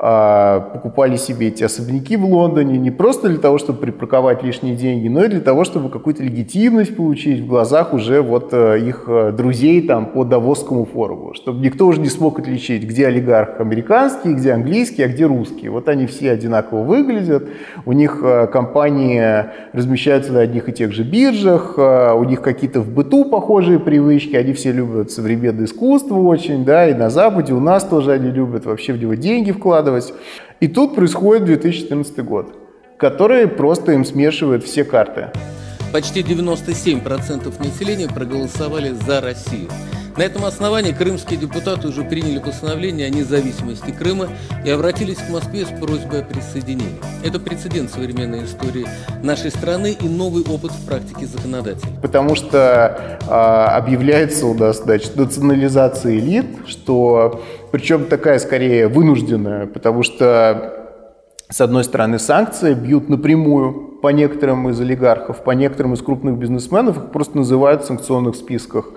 покупали себе эти особняки в Лондоне не просто для того, чтобы припарковать лишние деньги, но и для того, чтобы какую-то легитимность получить в глазах уже вот их друзей там по Давосскому форуму, чтобы никто уже не смог отличить, где олигарх американский, где английский, а где русский. Вот они все одинаково выглядят, у них компании размещаются на одних и тех же биржах, у них какие-то в быту похожие привычки, они все любят современное искусство очень, да, и на Западе у нас тоже они любят вообще в него деньги вкладывать. И тут происходит две тысячи четырнадцатый год, который просто им смешивает все карты. Почти девяносто семь процентов населения проголосовали за Россию. На этом основании крымские депутаты уже приняли постановление о независимости Крыма и обратились к Москве с просьбой о присоединении. Это прецедент современной истории нашей страны и новый опыт в практике законодателей. Потому что э, объявляется у нас, значит, национализация элит, что причем такая скорее вынужденная, потому что с одной стороны санкции бьют напрямую по некоторым из олигархов, по некоторым из крупных бизнесменов, их просто называют в санкционных списках.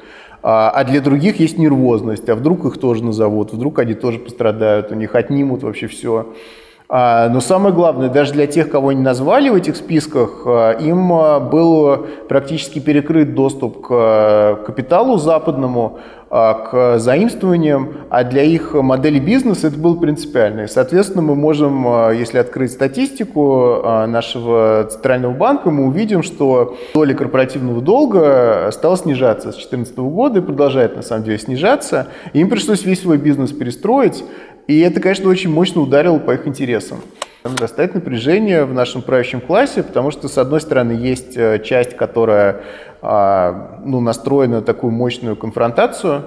А для других есть нервозность, а вдруг их тоже назовут, вдруг они тоже пострадают, у них отнимут вообще все. Но самое главное, даже для тех, кого не назвали в этих списках, им был практически перекрыт доступ к капиталу западному, к заимствованиям, а для их модели бизнеса это было принципиально. И, соответственно, мы можем, если открыть статистику нашего Центрального банка, мы увидим, что доля корпоративного долга стала снижаться с две тысячи четырнадцатого года и продолжает, на самом деле, снижаться. И им пришлось весь свой бизнес перестроить, и это, конечно, очень мощно ударило по их интересам. Растает напряжение в нашем правящем классе, потому что, с одной стороны, есть часть, которая ну, настроена на такую мощную конфронтацию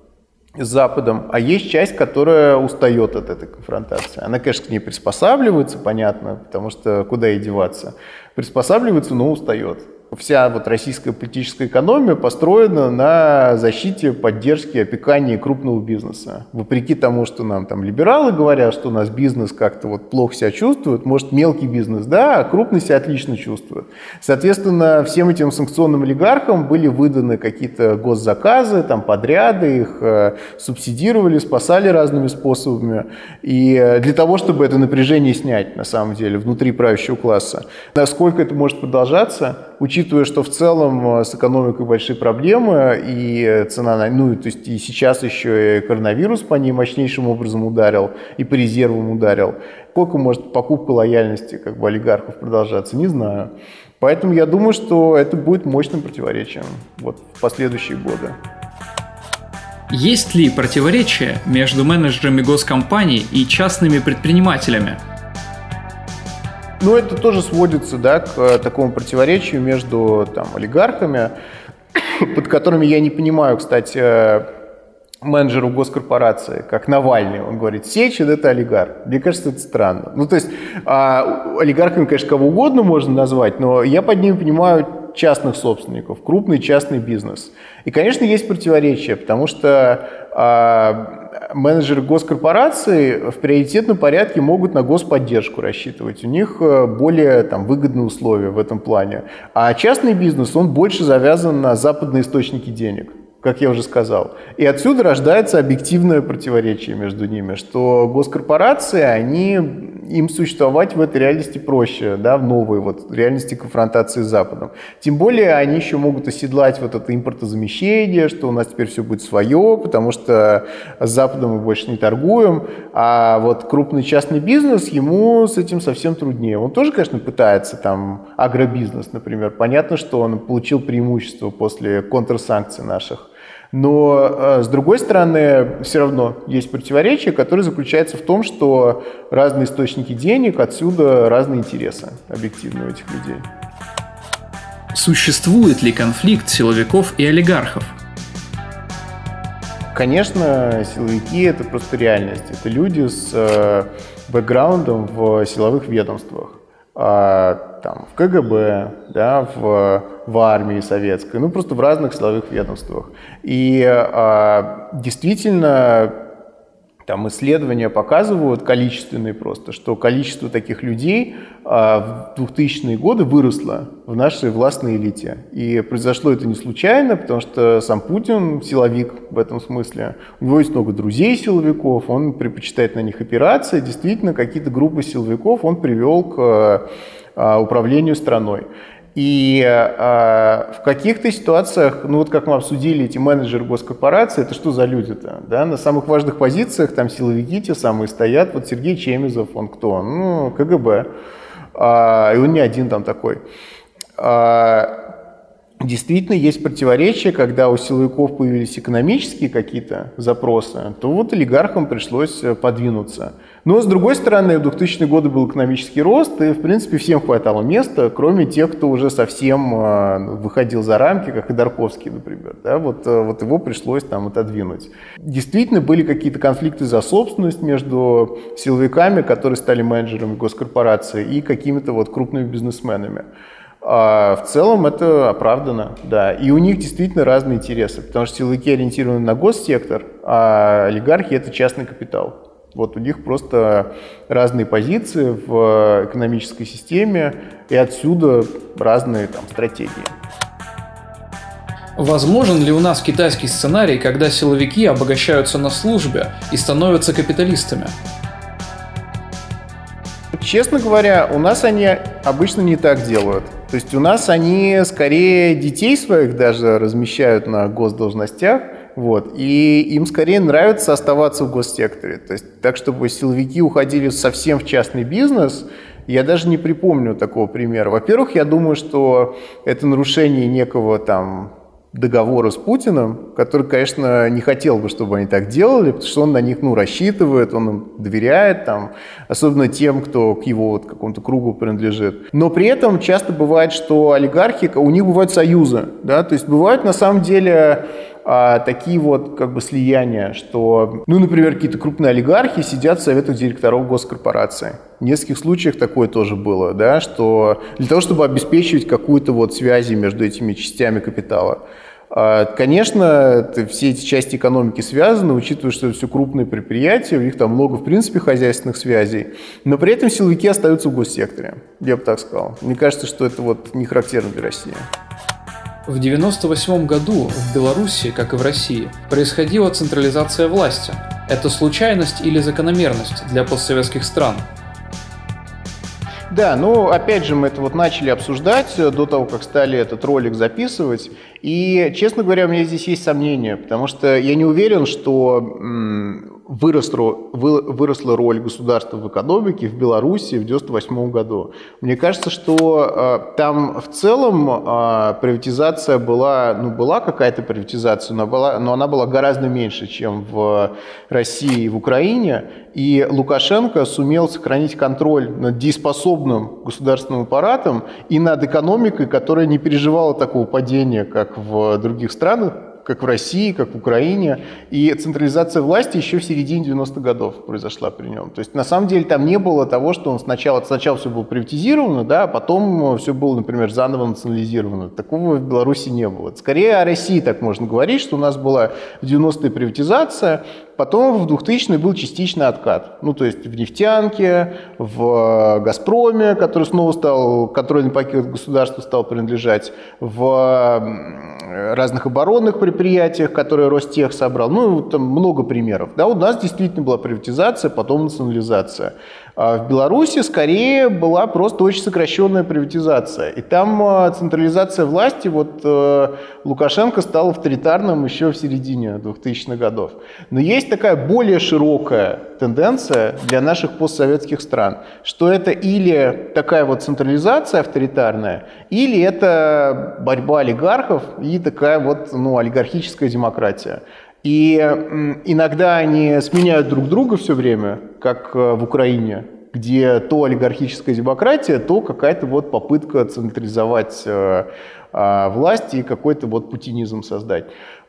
с Западом, а есть часть, которая устает от этой конфронтации. Она, конечно, к ней приспосабливается, понятно, потому что куда ей деваться. Приспосабливается, но устает. Вся вот российская политическая экономия построена на защите, поддержке, опекании крупного бизнеса. Вопреки тому, что нам там либералы говорят, что у нас бизнес как-то вот плохо себя чувствует, может, мелкий бизнес, да, а крупный себя отлично чувствует. Соответственно, всем этим санкционным олигархам были выданы какие-то госзаказы, там, подряды, их э, субсидировали, спасали разными способами. И для того, чтобы это напряжение снять, на самом деле, внутри правящего класса. Насколько это может продолжаться, учитывая, что в целом с экономикой большие проблемы, и цена, на, ну, то есть и сейчас еще и коронавирус по ней мощнейшим образом ударил, и по резервам ударил. Сколько может покупка лояльности как бы олигархов продолжаться, не знаю. Поэтому я думаю, что это будет мощным противоречием вот, в последующие годы. Есть ли противоречия между менеджерами госкомпаний и частными предпринимателями? Ну, это тоже сводится, да, к такому противоречию между там, олигархами, под которыми я не понимаю, кстати, менеджеру госкорпорации, как Навальный. Он говорит, Сечин – это олигарх. Мне кажется, это странно. Ну, то есть, а, олигархами, конечно, кого угодно можно назвать, но я под ним понимаю частных собственников, крупный частный бизнес. И, конечно, есть противоречия, потому что а, менеджеры госкорпораций в приоритетном порядке могут на господдержку рассчитывать. У них более там, выгодные условия в этом плане. А частный бизнес, он больше завязан на западные источники денег, как я уже сказал. И отсюда рождается объективное противоречие между ними, что госкорпорации, они, им существовать в этой реальности проще, да, в новой вот реальности конфронтации с Западом. Тем более они еще могут оседлать вот это импортозамещение, что у нас теперь все будет свое, потому что с Западом мы больше не торгуем, а вот крупный частный бизнес, ему с этим совсем труднее. Он тоже, конечно, пытается, там, агробизнес, например. Понятно, что он получил преимущество после контрсанкций наших. Но, с другой стороны, все равно есть противоречие, которое заключается в том, что разные источники денег, отсюда разные интересы объективно у этих людей. Существует ли конфликт силовиков и олигархов? Конечно, силовики – это просто реальность. Это люди с бэкграундом в силовых ведомствах. Там, в ка гэ бэ, да, в, в армии советской, ну просто в разных силовых ведомствах. И а, действительно, там исследования показывают, количественные просто, что количество таких людей а, в двухтысячные годы выросло в нашей властной элите. И произошло это не случайно, потому что сам Путин силовик в этом смысле. У него есть много друзей силовиков, он предпочитает на них опираться. И действительно, какие-то группы силовиков он привел к управлению страной. И а, в каких-то ситуациях, ну вот как мы обсудили, эти менеджеры госкорпорации, это что за люди-то? Да? На самых важных позициях там силовики те самые стоят. Вот Сергей Чемизов, он кто? Ну, ка гэ бэ. А, и он не один там такой. А, Действительно, есть противоречия, когда у силовиков появились экономические какие-то запросы, то вот олигархам пришлось подвинуться. Но, с другой стороны, в двухтысячные годы был экономический рост, и, в принципе, всем хватало места, кроме тех, кто уже совсем выходил за рамки, как Ходорковский, например. Да, вот, вот его пришлось там отодвинуть. Действительно, были какие-то конфликты за собственность между силовиками, которые стали менеджерами госкорпорации, и какими-то вот крупными бизнесменами. А в целом это оправдано, да. И у них действительно разные интересы, потому что силовики ориентированы на госсектор, а олигархи – это частный капитал. Вот у них просто разные позиции в экономической системе, и отсюда разные там стратегии. Возможен ли у нас китайский сценарий, когда силовики обогащаются на службе и становятся капиталистами? Честно говоря, у нас они обычно не так делают. То есть у нас они скорее детей своих даже размещают на госдолжностях, вот, и им скорее нравится оставаться в госсекторе. То есть так, чтобы силовики уходили совсем в частный бизнес, я даже не припомню такого примера. Во-первых, я думаю, что это нарушение некого там договора с Путиным, который, конечно, не хотел бы, чтобы они так делали, потому что он на них, ну, рассчитывает, он им доверяет, там, особенно тем, кто к его вот, какому-то кругу принадлежит. Но при этом часто бывает, что олигархи, у них бывают союзы, да, то есть бывают на самом деле а, такие вот как бы слияния, что, ну, например, какие-то крупные олигархи сидят в советах директоров госкорпораций. В нескольких случаях такое тоже было, да, что для того, чтобы обеспечивать какую-то вот связь между этими частями капитала. Конечно, все эти части экономики связаны, учитывая, что это все крупные предприятия, у них там много, в принципе, хозяйственных связей, но при этом силовики остаются в госсекторе, я бы так сказал. Мне кажется, что это вот не характерно для России. В девяносто восьмом году в Беларуси, как и в России, происходила централизация власти. Это случайность или закономерность для постсоветских стран? Да, ну, опять же, мы это вот начали обсуждать до того, как стали этот ролик записывать. И, честно говоря, у меня здесь есть сомнения, потому что я не уверен, что м, выросла, вы, выросла роль государства в экономике в Беларуси в девяносто восьмом году. Мне кажется, что э, там в целом э, приватизация была, ну, была какая-то приватизация, но, была, но она была гораздо меньше, чем в России и в Украине. И Лукашенко сумел сохранить контроль над дееспособным государственным аппаратом и над экономикой, которая не переживала такого падения, как в других странах, как в России, как в Украине. И централизация власти еще в середине девяностых годов произошла при нем. То есть, на самом деле, там не было того, что он сначала, сначала все было приватизировано, да, а потом все было, например, заново национализировано. Такого в Беларуси не было. Скорее о России так можно говорить, что у нас была в девяностые приватизация, потом в двухтысячные был частичный откат. Ну, то есть в нефтянке, в «Газпроме», который снова стал, контрольный пакет государства стал принадлежать, в разных оборонных предприятиях, которые Ростех собрал. Ну, там много примеров. Да, у нас действительно была приватизация, потом национализация. А в Беларуси скорее была просто очень сокращенная приватизация. И там централизация власти, вот Лукашенко стал авторитарным еще в середине двухтысячных годов. Но есть такая более широкая тенденция для наших постсоветских стран, что это или такая вот централизация авторитарная, или это борьба олигархов и такая вот, ну, олигархическая демократия. И иногда они сменяют друг друга все время, как в Украине, где то олигархическая демократия, то какая-то вот попытка централизовать власть и какой-то вот путинизм создать.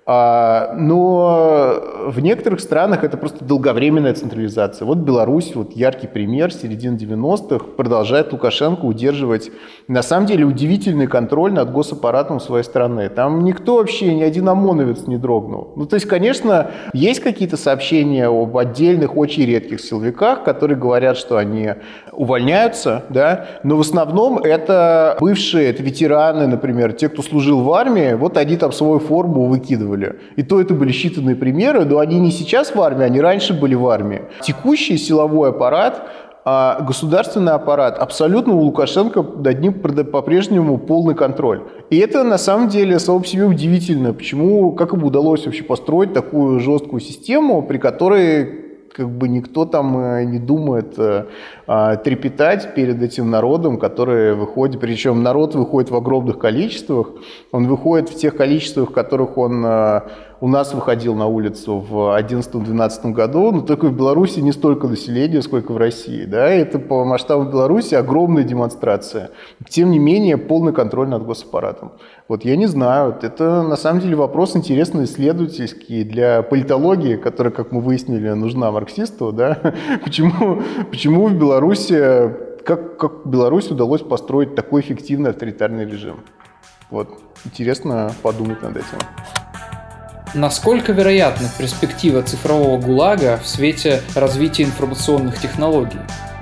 Но в некоторых странах это просто долговременная централизация. Вот Беларусь, вот яркий пример, середины девяностых, продолжает Лукашенко удерживать, на самом деле, удивительный контроль над госаппаратом своей страны. Там никто вообще, ни один ОМОНовец не дрогнул. Ну, то есть, конечно, есть какие-то сообщения об отдельных, очень редких силовиках, которые говорят, что они увольняются, да, но в основном это бывшие, это ветераны, например, те, кто служил в армии, вот они там свою форму выкидывали. И то это были считанные примеры, но они не сейчас в армии, они раньше были в армии. Текущий силовой аппарат, государственный аппарат, абсолютно у Лукашенко над ним по-прежнему полный контроль. И это на самом деле само по себе удивительно, почему, как им удалось вообще построить такую жесткую систему, при которой как бы никто там не думает а, трепетать перед этим народом, который выходит, причем народ выходит в огромных количествах, он выходит в тех количествах, в которых он а, у нас выходил на улицу в две тысячи одиннадцатом-две тысячи двенадцатом году, но только в Беларуси не столько населения, сколько в России. Да? Это по масштабу Беларуси огромная демонстрация. Тем не менее, полный контроль над госаппаратом. Вот я не знаю, это на самом деле вопрос интересный, исследовательский для политологии, которая, как мы выяснили, нужна марксисту. Да? Почему, почему в Беларуси, как, как Беларуси удалось построить такой эффективный авторитарный режим? Вот. Интересно подумать над этим. Насколько вероятна перспектива цифрового ГУЛАГа в свете развития информационных технологий?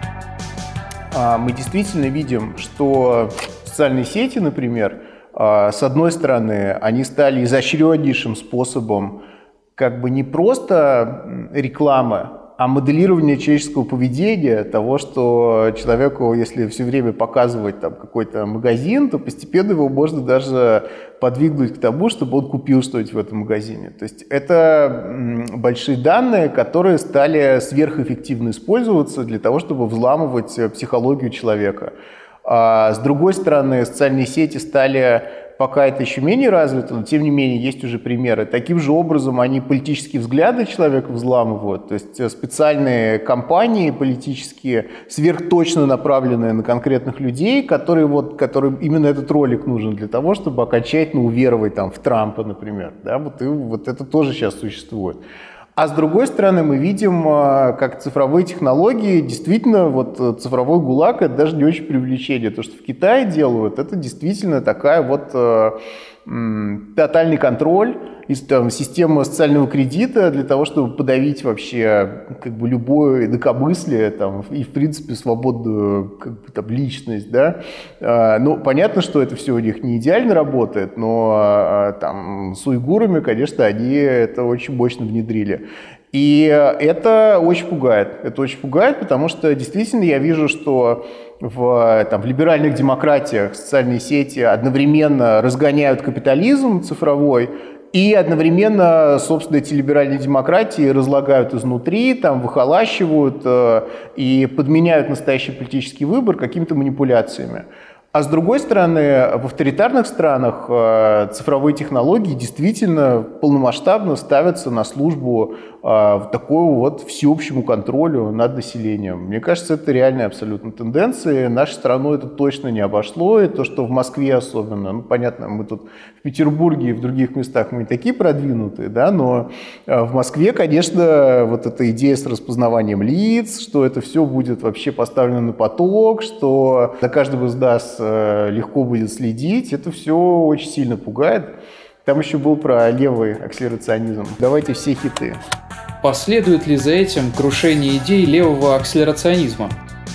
Мы действительно видим, что социальные сети, например, с одной стороны, они стали изощреннейшим способом как бы не просто рекламы, а моделирование человеческого поведения, того, что человеку, если все время показывать там какой-то магазин, то постепенно его можно даже подвигнуть к тому, чтобы он купил что-нибудь в этом магазине. То есть это большие данные, которые стали сверхэффективно использоваться для того, чтобы взламывать психологию человека. А с другой стороны, социальные сети стали пока это еще менее развито, но тем не менее есть уже примеры. Таким же образом они политические взгляды человека взламывают, то есть специальные кампании политические, сверхточно направленные на конкретных людей, которые вот, которым именно этот ролик нужен для того, чтобы окончательно уверовать там, в Трампа, например. Да, вот, и вот это тоже сейчас существует. А с другой стороны, мы видим, как цифровые технологии, действительно, вот цифровой ГУЛАГ, это даже не очень привлечение. То, что в Китае делают, это действительно такая вот м, тотальный контроль, там, система социального кредита для того, чтобы подавить вообще как бы любое инакомыслие там, и, в принципе, свободную как бы, там, личность. Да? А, ну, понятно, что это все у них не идеально работает, но а, там, с уйгурами, конечно, они это очень мощно внедрили. И это очень пугает. Это очень пугает, потому что действительно я вижу, что в, там, в либеральных демократиях социальные сети одновременно разгоняют капитализм цифровой, и одновременно, собственно, эти либеральные демократии разлагают изнутри, там, выхолащивают э, и подменяют настоящий политический выбор какими-то манипуляциями. А с другой стороны, в авторитарных странах э, цифровые технологии действительно полномасштабно ставятся на службу э, такому вот всеобщему контролю над населением. Мне кажется, это реальная абсолютно тенденция. Нашу страну это точно не обошло. И то, что в Москве особенно, ну, понятно, мы тут в Петербурге и в других местах мы не такие продвинутые, да, но э, в Москве, конечно, вот эта идея с распознаванием лиц, что это все будет вообще поставлено на поток, что за каждым из нас легко будет следить, это все очень сильно пугает. Там еще был про левый акселерационизм. Давайте все хиты. Последует ли за этим крушение идей левого акселерационизма?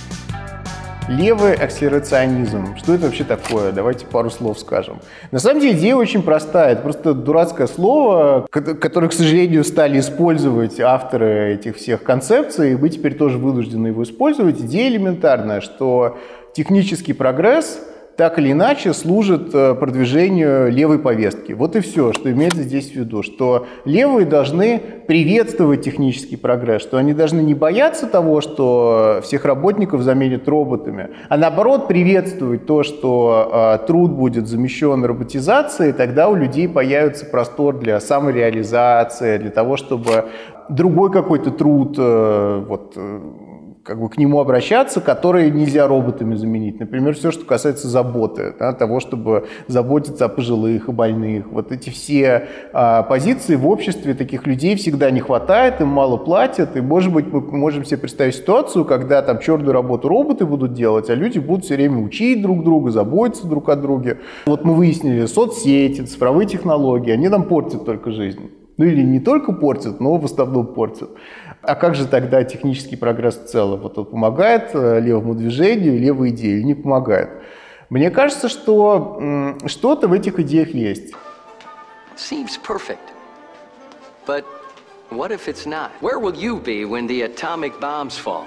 Левый акселерационизм. Что это вообще такое? Давайте пару слов скажем. На самом деле идея очень простая. Это просто дурацкое слово, которое, к сожалению, стали использовать авторы этих всех концепций, и мы теперь тоже вынуждены его использовать. Идея элементарная, что технический прогресс так или иначе служит продвижению левой повестки. Вот и все, что имеется здесь в виду, что левые должны приветствовать технический прогресс, что они должны не бояться того, что всех работников заменят роботами, а наоборот приветствовать то, что труд будет замещен роботизацией, тогда у людей появится простор для самореализации, для того, чтобы другой какой-то труд вот, как бы к нему обращаться, которые нельзя роботами заменить. Например, все, что касается заботы, да, того, чтобы заботиться о пожилых, о больных. Вот эти все а, позиции в обществе таких людей всегда не хватает, им мало платят, и, может быть, мы можем себе представить ситуацию, когда там черную работу роботы будут делать, а люди будут все время учить друг друга, заботиться друг о друге. Вот мы выяснили, соцсети, цифровые технологии, они нам портят только жизнь. Ну или не только портят, но в основном портят. А как же тогда технический прогресс в целом? Вот он помогает левому движению, левой идее или не помогает? Мне кажется, что м, что-то в этих идеях есть. Seems perfect. But what if it's not? Where will you be when the atomic bombs fall?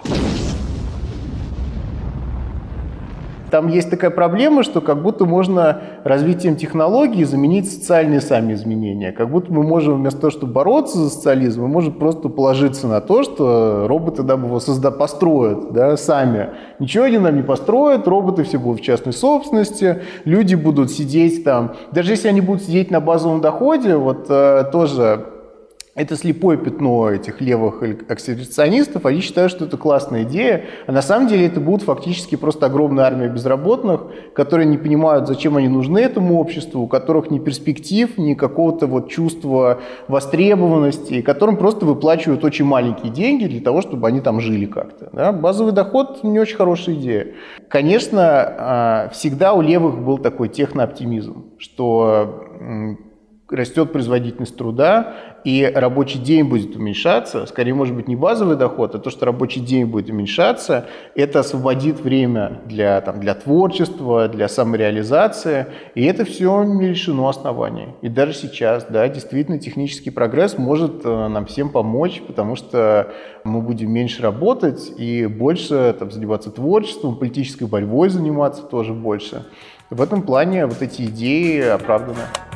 Там есть такая проблема, что как будто можно развитием технологий заменить социальные сами изменения. Как будто мы можем вместо того, чтобы бороться за социализм, мы можем просто положиться на то, что роботы нам его созда- построят, да, сами. Ничего они нам не построят, роботы все будут в частной собственности, люди будут сидеть там. Даже если они будут сидеть на базовом доходе, вот э, тоже... Это слепое пятно этих левых акселерационистов. Они считают, что это классная идея. А на самом деле это будет фактически просто огромная армия безработных, которые не понимают, зачем они нужны этому обществу, у которых ни перспектив, ни какого-то вот чувства востребованности, и которым просто выплачивают очень маленькие деньги для того, чтобы они там жили как-то. Да? Базовый доход не очень хорошая идея. Конечно, всегда у левых был такой технооптимизм, что растет производительность труда, и рабочий день будет уменьшаться, скорее, может быть, не базовый доход, а то, что рабочий день будет уменьшаться, это освободит время для, там, для творчества, для самореализации, и это все не лишено оснований. И даже сейчас, да, действительно, технический прогресс может нам всем помочь, потому что мы будем меньше работать и больше там, заниматься творчеством, политической борьбой заниматься тоже больше. В этом плане вот эти идеи оправданы.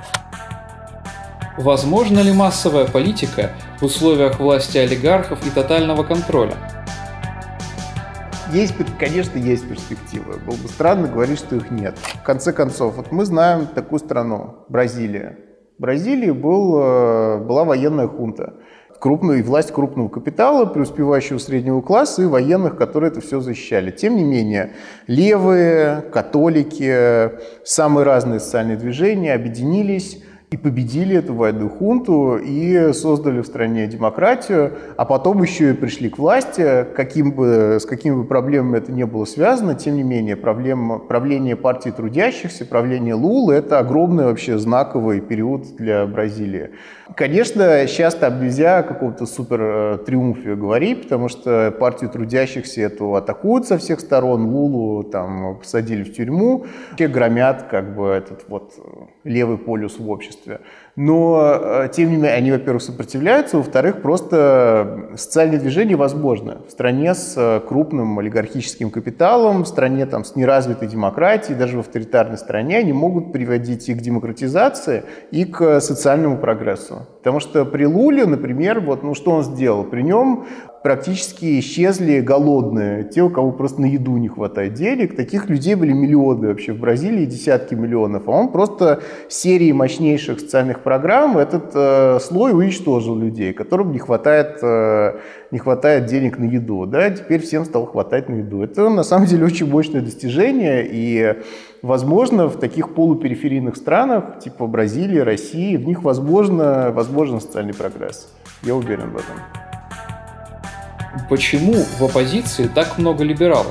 Возможна ли массовая политика в условиях власти олигархов и тотального контроля? есть, конечно, есть перспективы. Было бы странно говорить, что их нет. В конце концов, вот мы знаем такую страну, Бразилия. В Бразилии был, была военная хунта. Крупную, власть крупного капитала, преуспевающего среднего класса и военных, которые это все защищали. Тем не менее, левые, католики, самые разные социальные движения объединились и победили эту военную хунту и создали в стране демократию, а потом еще и пришли к власти. Каким бы, с какими бы проблемами это не было связано, тем не менее, проблема, правление партии трудящихся, правление Лулы – это огромный вообще знаковый период для Бразилии. Конечно, сейчас там нельзя о каком-то супер триумфе говорить, потому что партию трудящихся эту атакуют со всех сторон, Лулу там посадили в тюрьму, все громят как бы этот вот левый полюс в обществе. Но, тем не менее, они, во-первых, сопротивляются, во-вторых, просто социальное движение возможно в стране с крупным олигархическим капиталом, в стране там, с неразвитой демократией, даже в авторитарной стране, они могут приводить и к демократизации, и к социальному прогрессу. Потому что при Луле, например, вот, ну, что он сделал? При нем практически исчезли голодные, те, у кого просто на еду не хватает денег. Таких людей были миллионы вообще в Бразилии, десятки миллионов. А он просто серией мощнейших социальных программ этот э, слой уничтожил людей, которым не хватает, э, не хватает денег на еду. Да? Теперь всем стало хватать на еду. Это на самом деле очень мощное достижение. И, возможно, в таких полупериферийных странах, типа Бразилии, России, в них возможно, возможен социальный прогресс. Я уверен в этом. Почему в оппозиции так много либералов?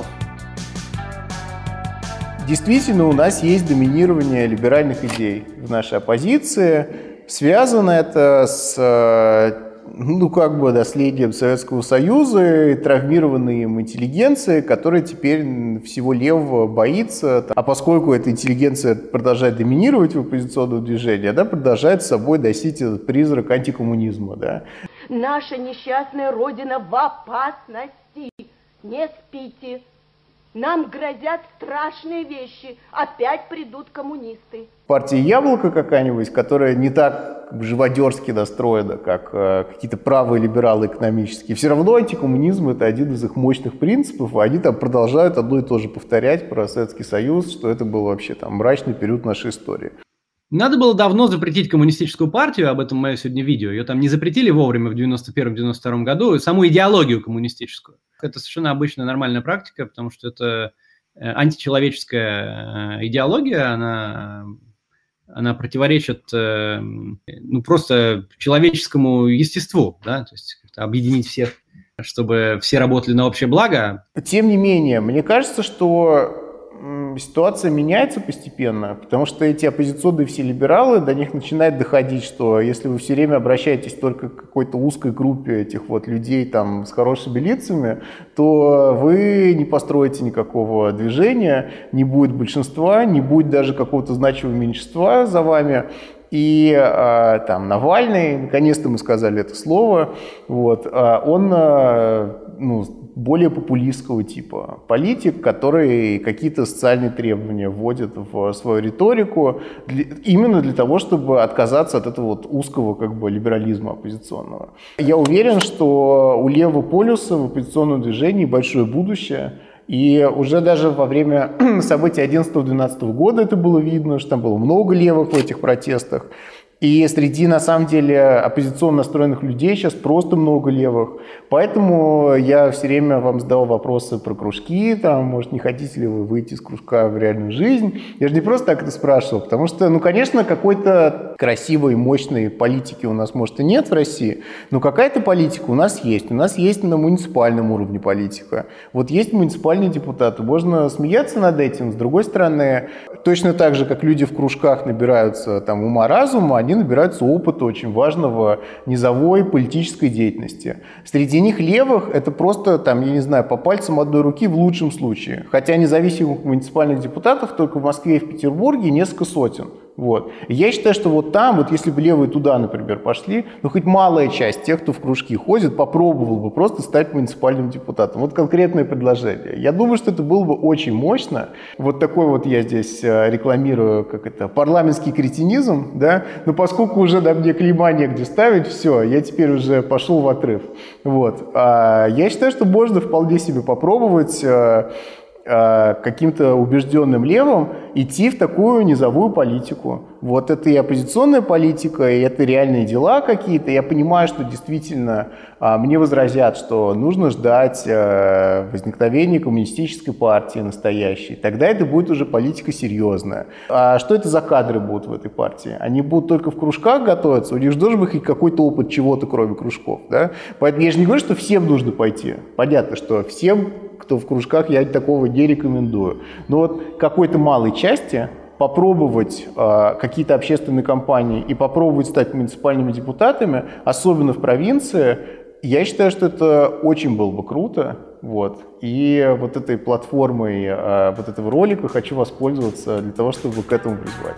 Действительно, у нас есть доминирование либеральных идей в нашей оппозиции. Связано это с, ну, как бы наследием Советского Союза и травмированной им интеллигенцией, которая теперь всего левого боится. А поскольку эта интеллигенция продолжает доминировать в оппозиционном движении, она продолжает с собой носить этот призрак антикоммунизма. Да. Наша несчастная Родина в опасности. Не спите. Нам грозят страшные вещи. Опять придут коммунисты. Партия «Яблоко» какая-нибудь, которая не так живодерски настроена, как э, какие-то правые либералы экономические, все равно антикоммунизм – это один из их мощных принципов, и они там продолжают одно и то же повторять про Советский Союз, что это был вообще там мрачный период нашей истории. Надо было давно запретить коммунистическую партию, об этом мое сегодня видео. Ее там не запретили вовремя в девяносто первом — девяносто втором году, и саму идеологию коммунистическую. Это совершенно обычная нормальная практика, потому что это античеловеческая идеология, она, она противоречит ну, просто человеческому естеству, да? То есть объединить всех, чтобы все работали на общее благо. Тем не менее, мне кажется, что ситуация меняется постепенно, потому что эти оппозиционные все либералы, до них начинает доходить, что если вы все время обращаетесь только к какой-то узкой группе этих вот людей там с хорошими лицами, то вы не построите никакого движения, не будет большинства, не будет даже какого-то значимого меньшинства за вами. И э, там Навальный, наконец-то мы сказали это слово, вот, э, он э, ну, более популистского типа политик, который какие-то социальные требования вводит в свою риторику для, именно для того, чтобы отказаться от этого вот узкого как бы либерализма оппозиционного. Я уверен, что у левого полюса в оппозиционном движении большое будущее. И уже даже во время событий одиннадцатого-двенадцатого года это было видно, что там было много левых в этих протестах. И среди, на самом деле, оппозиционно настроенных людей сейчас просто много левых. Поэтому я все время вам задал вопросы про кружки, там, может, не хотите ли вы выйти из кружка в реальную жизнь. Я же не просто так это спрашивал, потому что, ну, конечно, какой-то красивой, мощной политики у нас, может, и нет в России, но какая-то политика у нас есть. У нас есть на муниципальном уровне политика. Вот есть муниципальные депутаты, можно смеяться над этим. С другой стороны, точно так же, как люди в кружках набираются там ума-разума, они набираются опыта очень важного низовой политической деятельности. Среди них левых это просто, там, я не знаю, по пальцам одной руки в лучшем случае. Хотя независимых муниципальных депутатов только в Москве и в Петербурге несколько сотен. Вот. Я считаю, что вот там, вот если бы левые туда, например, пошли, ну хоть малая часть тех, кто в кружки ходит, попробовал бы просто стать муниципальным депутатом. Вот конкретное предложение. Я думаю, что это было бы очень мощно. Вот такой вот я здесь рекламирую, как это, парламентский кретинизм, да, но поскольку уже на мне клейма негде ставить, все, я теперь уже пошел в отрыв. Вот. А я считаю, что можно вполне себе попробовать каким-то убежденным левым идти в такую низовую политику. Вот это и оппозиционная политика, и это реальные дела какие-то. Я понимаю, что действительно мне возразят, что нужно ждать возникновения коммунистической партии настоящей. Тогда это будет уже политика серьезная. А что это за кадры будут в этой партии? Они будут только в кружках готовиться? У них же должен быть хоть какой-то опыт чего-то, кроме кружков. Да? Поэтому я же не говорю, что всем нужно пойти. Понятно, что всем, кто в кружках, я такого не рекомендую. Но вот какой-то малой части попробовать э, какие-то общественные кампании и попробовать стать муниципальными депутатами, особенно в провинции, я считаю, что это очень было бы круто. Вот. И вот этой платформой, э, вот этого ролика хочу воспользоваться для того, чтобы к этому призвать.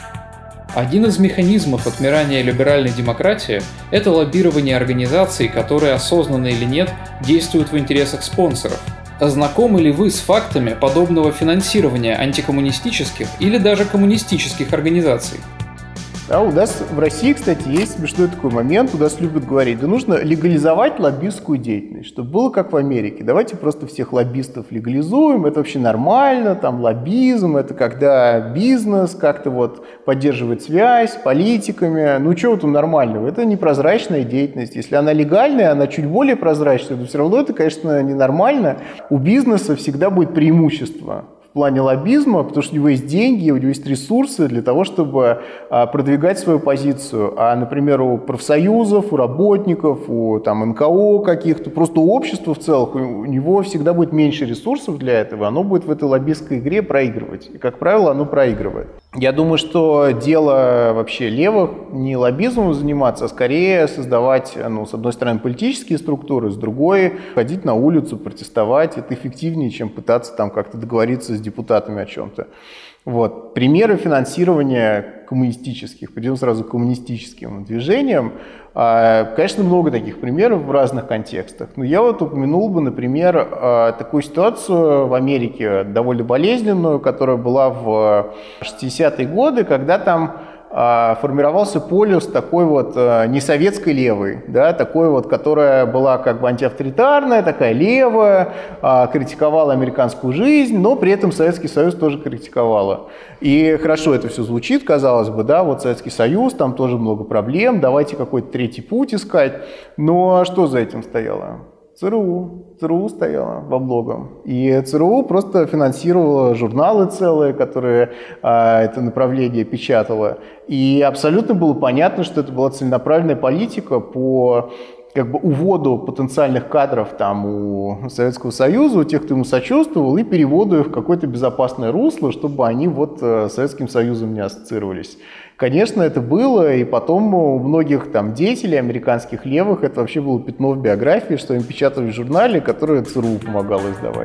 Один из механизмов отмирания либеральной демократии – это лоббирование организаций, которые, осознанно или нет, действуют в интересах спонсоров. Знакомы ли вы с фактами подобного финансирования антикоммунистических или даже коммунистических организаций? Да, у нас в России, кстати, есть смешной такой момент, у нас любят говорить, да нужно легализовать лоббистскую деятельность, чтобы было как в Америке. Давайте просто всех лоббистов легализуем, это вообще нормально, там лоббизм, это когда бизнес как-то вот поддерживает связь с политиками. Ну что там нормального? Это непрозрачная деятельность. Если она легальная, она чуть более прозрачная, но все равно это, конечно, ненормально. У бизнеса всегда будет преимущество в плане лоббизма, потому что у него есть деньги, у него есть ресурсы для того, чтобы а, продвигать свою позицию. А, например, у профсоюзов, у работников, у там, эн ка о каких-то, просто у общества в целом, у него всегда будет меньше ресурсов для этого, оно будет в этой лоббистской игре проигрывать. И, как правило, оно проигрывает. Я думаю, что дело вообще левых не лоббизмом заниматься, а скорее создавать, ну, с одной стороны, политические структуры, с другой ходить на улицу, протестовать. Это эффективнее, чем пытаться там как-то договориться с депутатами о чем-то. Вот. Примеры финансирования коммунистических, пойдем сразу к коммунистическим движениям. Конечно, много таких примеров в разных контекстах. Но я вот упомянул бы, например, такую ситуацию в Америке, довольно болезненную, которая была в шестидесятые годы, когда там формировался полюс такой вот несоветской левой, да, такой вот, которая была как бы антиавторитарная, такая левая, критиковала американскую жизнь, но при этом Советский Союз тоже критиковала. И хорошо это все звучит, казалось бы, да, вот Советский Союз, там тоже много проблем, давайте какой-то третий путь искать. Но что за этим стояло? цэ эр у. цэ эр у стояла во многом. И цэ эр у просто финансировала журналы целые, которые а, это направление печатало. И абсолютно было понятно, что это была целенаправленная политика по как бы уводу потенциальных кадров там у Советского Союза, у тех, кто ему сочувствовал, и переводу их в какое-то безопасное русло, чтобы они вот с Советским Союзом не ассоциировались. Конечно, это было, и потом у многих там деятелей американских левых это вообще было пятно в биографии, что им печатали в журнале, который цэ эр у помогало издавать.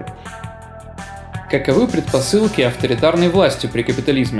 Каковы предпосылки авторитарной власти при капитализме?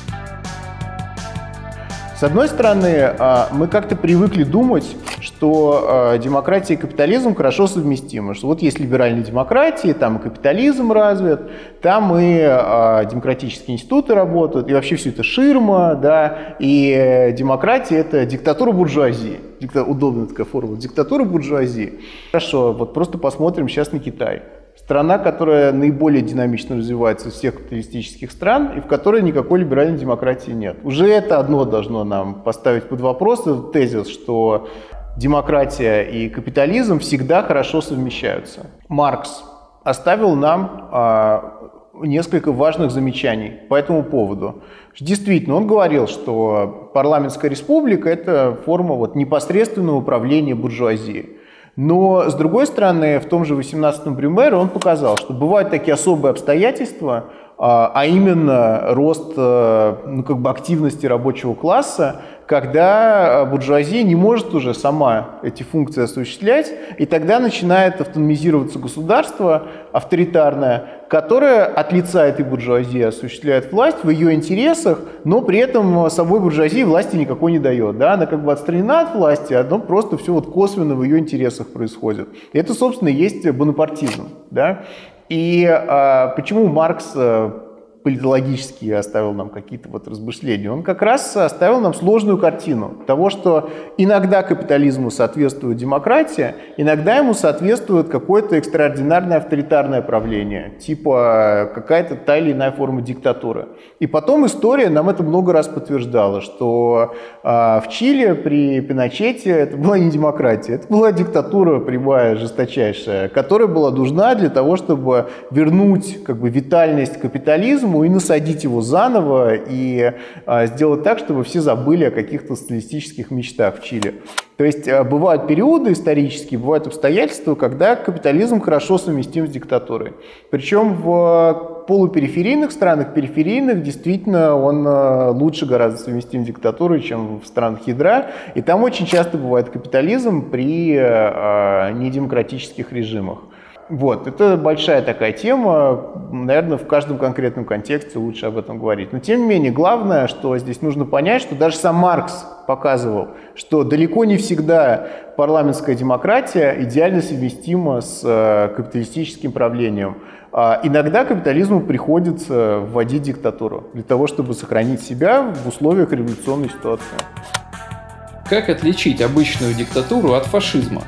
С одной стороны, мы как-то привыкли думать, что демократия и капитализм хорошо совместимы, что вот есть либеральные демократии, там и капитализм развит, там и демократические институты работают, и вообще все это ширма, да, и демократия – это диктатура буржуазии. Дикта... Удобная такая формула. Диктатура буржуазии. Хорошо, вот просто посмотрим сейчас на Китай. Страна, которая наиболее динамично развивается из всех капиталистических стран и в которой никакой либеральной демократии нет. Уже это одно должно нам поставить под вопрос этот тезис, что демократия и капитализм всегда хорошо совмещаются. Маркс оставил нам а, несколько важных замечаний по этому поводу. Действительно, он говорил, что парламентская республика – это форма вот, непосредственного управления буржуазией. Но, с другой стороны, в том же восемнадцатом Брюмере он показал, что бывают такие особые обстоятельства, а именно рост ну, как бы активности рабочего класса, когда буржуазия не может уже сама эти функции осуществлять, и тогда начинает автономизироваться государство авторитарное, которое от лица этой буржуазии осуществляет власть в ее интересах, но при этом самой буржуазии власти никакой не дает. Да? Она как бы отстранена от власти, но просто все вот косвенно в ее интересах происходит. И это, собственно, и есть бонапартизм. Да? И а, почему Маркс политологически оставил нам какие-то вот размышления? Он как раз оставил нам сложную картину того, что иногда капитализму соответствует демократия, иногда ему соответствует какое-то экстраординарное авторитарное правление, типа какая-то та или иная форма диктатуры. И потом история нам это много раз подтверждала, что а, в Чили при Пиночете это была не демократия, это была диктатура прямая, жесточайшая, которая была нужна для того, чтобы вернуть как бы витальность капитализму и насадить его заново, и а, сделать так, чтобы все забыли о каких-то социалистических мечтах в Чили. То есть а, бывают периоды исторические, бывают обстоятельства, когда капитализм хорошо совместим с диктатурой. Причем в полупериферийных странах, периферийных, действительно он а, лучше гораздо совместим с диктатурой, чем в странах ядра. И там очень часто бывает капитализм при а, недемократических режимах. Вот, это большая такая тема, наверное, в каждом конкретном контексте лучше об этом говорить. Но тем не менее, главное, что здесь нужно понять, что даже сам Маркс показывал, что далеко не всегда парламентская демократия идеально совместима с капиталистическим правлением. Иногда капитализму приходится вводить диктатуру для того, чтобы сохранить себя в условиях революционной ситуации. Как отличить обычную диктатуру от фашизма?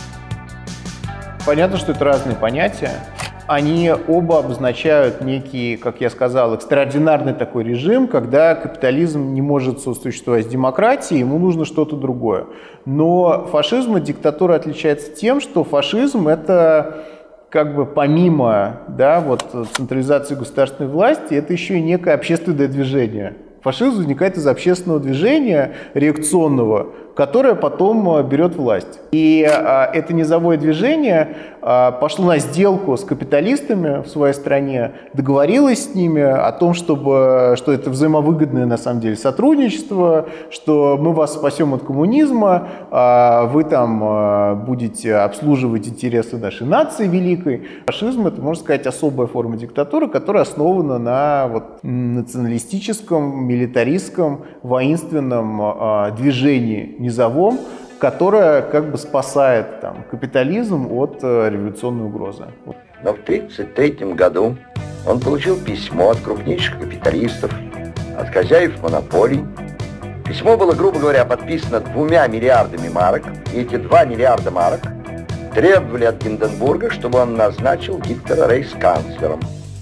Понятно, что это разные понятия. Они оба обозначают некий, как я сказал, экстраординарный такой режим, когда капитализм не может сосуществовать с демократией, ему нужно что-то другое. Но фашизм от диктатуры отличается тем, что фашизм — это как бы помимо да, вот, централизации государственной власти, это еще и некое общественное движение. Фашизм возникает из общественного движения реакционного, которое потом берет власть. И а, это низовое движение а, пошло на сделку с капиталистами в своей стране, договорилось с ними о том, чтобы, что это взаимовыгодное на самом деле сотрудничество, что мы вас спасем от коммунизма, а вы там а, будете обслуживать интересы нашей нации великой. Фашизм — это, можно сказать, особая форма диктатуры, которая основана на вот, националистическом, милитаристском, воинственном а, движении низовом, которая как бы спасает там, капитализм от э, революционной угрозы. Но в тысяча девятьсот тридцать третьем году он получил письмо от крупнейших капиталистов, от хозяев монополий. Письмо было, грубо говоря, подписано двумя миллиардами марок, и эти два миллиарда марок требовали от Гинденбурга, чтобы он назначил Гитлера рейхсканцлером.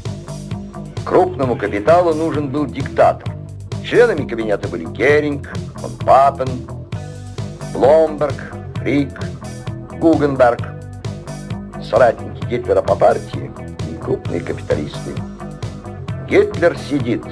Крупному капиталу нужен был диктатор. Членами кабинета были Геринг, фон Папен, Бломберг, Фрик, Гугенберг, соратники Гитлера по партии и крупные капиталисты. Гитлер сидит.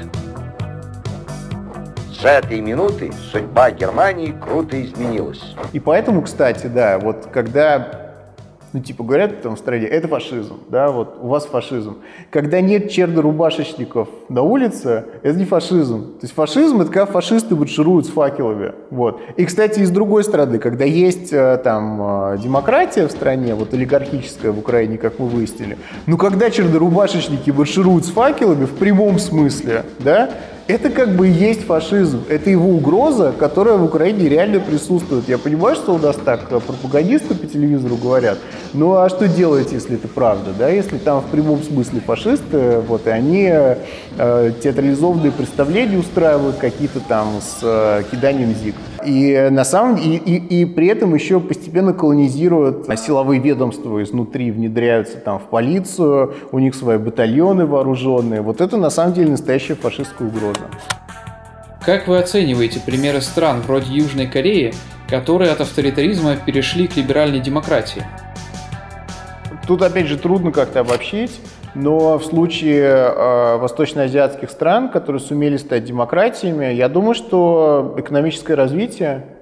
С этой минуты судьба Германии круто изменилась. И поэтому, кстати, да, вот когда, ну, типа, говорят там в стране, это фашизм, да, вот у вас фашизм. Когда нет чернорубашечников на улице, это не фашизм. То есть фашизм — это когда фашисты маршируют с факелами, вот. И, кстати, и с другой стороны, когда есть там демократия в стране, вот олигархическая в Украине, как мы выяснили, ну, когда чернорубашечники маршируют с факелами в прямом смысле, да, это как бы и есть фашизм. Это его угроза, которая в Украине реально присутствует. Я понимаю, что у нас так пропагандисты по телевизору говорят. Ну а что делать, если это правда? Да? Если там в прямом смысле фашисты, вот, и они э, театрализованные представления устраивают какие-то там с э, киданием зиг. И, на самом, и, и, и при этом еще постепенно колонизируют силовые ведомства изнутри, внедряются там в полицию, у них свои батальоны вооруженные. Вот это на самом деле настоящая фашистская угроза. Как вы оцениваете примеры стран вроде Южной Кореи, которые от авторитаризма перешли к либеральной демократии? Тут, опять же, трудно как-то обобщить, но в случае э, восточноазиатских стран, которые сумели стать демократиями, я думаю, что экономическое развитие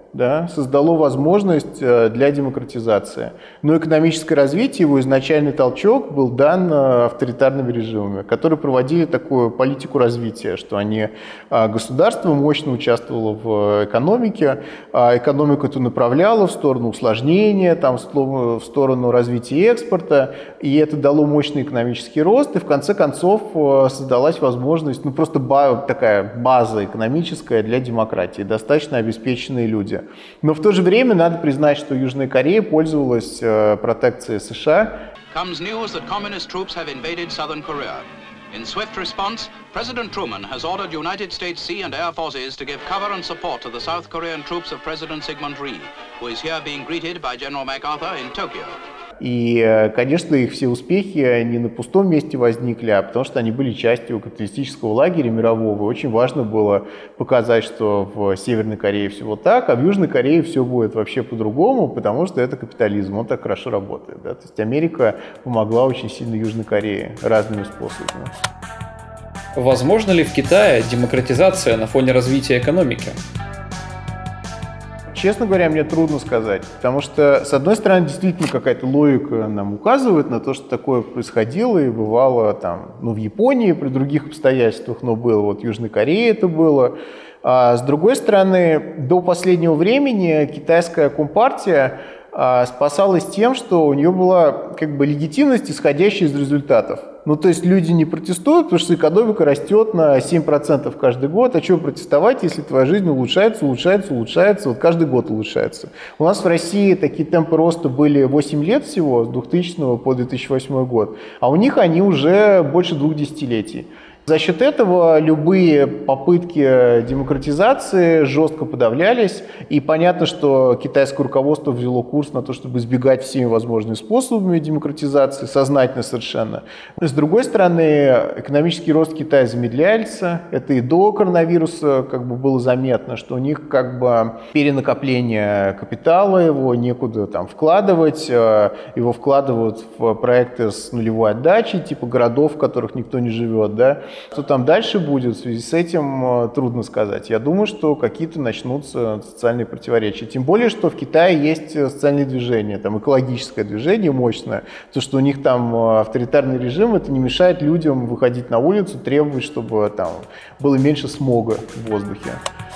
да, создало возможность для демократизации. Но экономическое развитие, его изначальный толчок был дан авторитарными режимами, которые проводили такую политику развития, что они, государство мощно участвовало в экономике, а экономику эту направляло в сторону усложнения, там, в сторону развития экспорта, и это дало мощный экономический рост, и в конце концов создалась возможность, ну просто такая база экономическая для демократии, достаточно обеспеченные люди. Но в то же время надо признать, что Южная Корея пользовалась протекцией США. Comes news that communist troops have invaded southern Korea. In swift response, President Truman has ordered United States Sea and Air Forces to give cover and support to the South Korean troops of President Sigmund Rhee, who is here being greeted by General MacArthur in Tokyo. И, конечно, их все успехи не на пустом месте возникли, а потому что они были частью капиталистического лагеря мирового. И очень важно было показать, что в Северной Корее все вот так, а в Южной Корее все будет вообще по-другому, потому что это капитализм, он так хорошо работает. Да? То есть Америка помогла очень сильно Южной Корее разными способами. Возможно ли в Китае демократизация на фоне развития экономики? Честно говоря, мне трудно сказать, потому что, с одной стороны, действительно какая-то логика нам указывает на то, что такое происходило и бывало там, ну, в Японии при других обстоятельствах, но было, вот в Южной Корее это было. А с другой стороны, до последнего времени китайская компартия а, спасалась тем, что у нее была как бы легитимность, исходящая из результатов. Ну, то есть люди не протестуют, потому что экономика растет на семь процентов каждый год. А чего протестовать, если твоя жизнь улучшается, улучшается, улучшается, вот каждый год улучшается. У нас в России такие темпы роста были восемь лет всего, с двухтысячного по две тысячи восьмой год, а у них они уже больше двух десятилетий. За счет этого любые попытки демократизации жестко подавлялись, и понятно, что китайское руководство взяло курс на то, чтобы избегать всеми возможными способами демократизации, сознательно совершенно. С другой стороны, экономический рост Китая замедляется, это и до коронавируса как бы было заметно, что у них как бы перенакопление капитала, его некуда там вкладывать, его вкладывают в проекты с нулевой отдачей, типа городов, в которых никто не живет, да. Что там дальше будет, в связи с этим трудно сказать. Я думаю, что какие-то начнутся социальные противоречия. Тем более, что в Китае есть социальные движения, там экологическое движение мощное. То, что у них там авторитарный режим, это не мешает людям выходить на улицу, требовать, чтобы там было меньше смога в воздухе.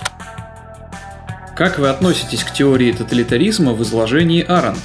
Как вы относитесь к теории тоталитаризма в изложении Аренд?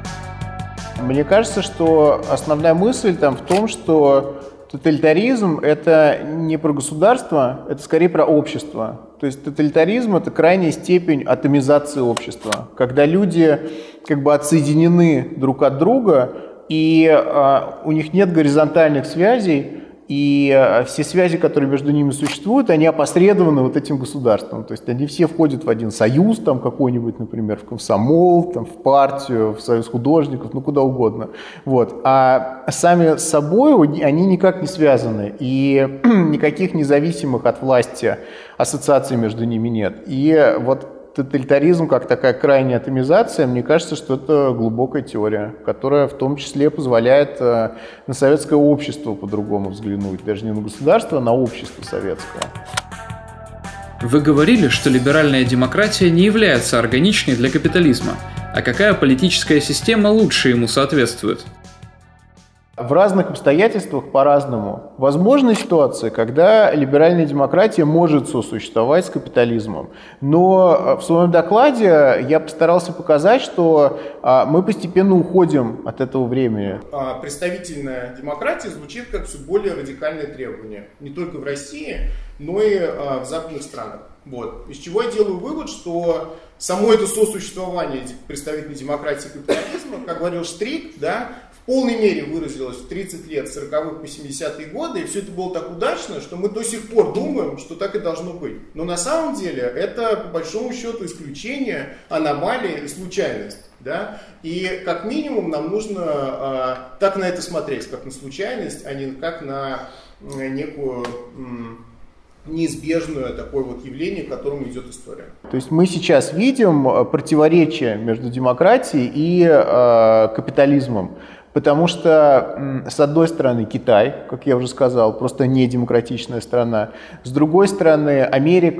Мне кажется, что основная мысль там в том, что тоталитаризм – это не про государство, это скорее про общество. То есть тоталитаризм – это крайняя степень атомизации общества, когда люди как бы отсоединены друг от друга, и а, у них нет горизонтальных связей, и а, все связи, которые между ними существуют, они опосредованы вот этим государством. То есть они все входят в один союз, там какой-нибудь, например, в комсомол, там, в партию, в союз художников, ну куда угодно. Вот. А сами с собой они никак не связаны, и никаких независимых от власти ассоциаций между ними нет. И вот тоталитаризм, как такая крайняя атомизация, мне кажется, что это глубокая теория, которая в том числе позволяет на советское общество по-другому взглянуть. Даже не на государство, а на общество советское. Вы говорили, что либеральная демократия не является органичной для капитализма. А какая политическая система лучше ему соответствует? В разных обстоятельствах по-разному. Возможны ситуации, когда либеральная демократия может сосуществовать с капитализмом. Но в своем докладе я постарался показать, что мы постепенно уходим от этого времени. Представительная демократия звучит как все более радикальное требование. Не только в России, но и в западных странах. Вот. Из чего я делаю вывод, что само это сосуществование представительной демократии и капитализма, как говорил Штрик, да, в полной мере выразилось в тридцать лет, с сороковых по семидесятые годы, и все это было так удачно, что мы до сих пор думаем, что так и должно быть. Но на самом деле это, по большому счету, исключение, аномалия и случайность. Да? И как минимум нам нужно э, так на это смотреть, как на случайность, а не как на э, некую... М- неизбежное такое вот явление, к которому идет история. То есть мы сейчас видим противоречие между демократией и э, капитализмом, потому что, с одной стороны, Китай, как я уже сказал, просто не демократичная страна, с другой стороны, Америка,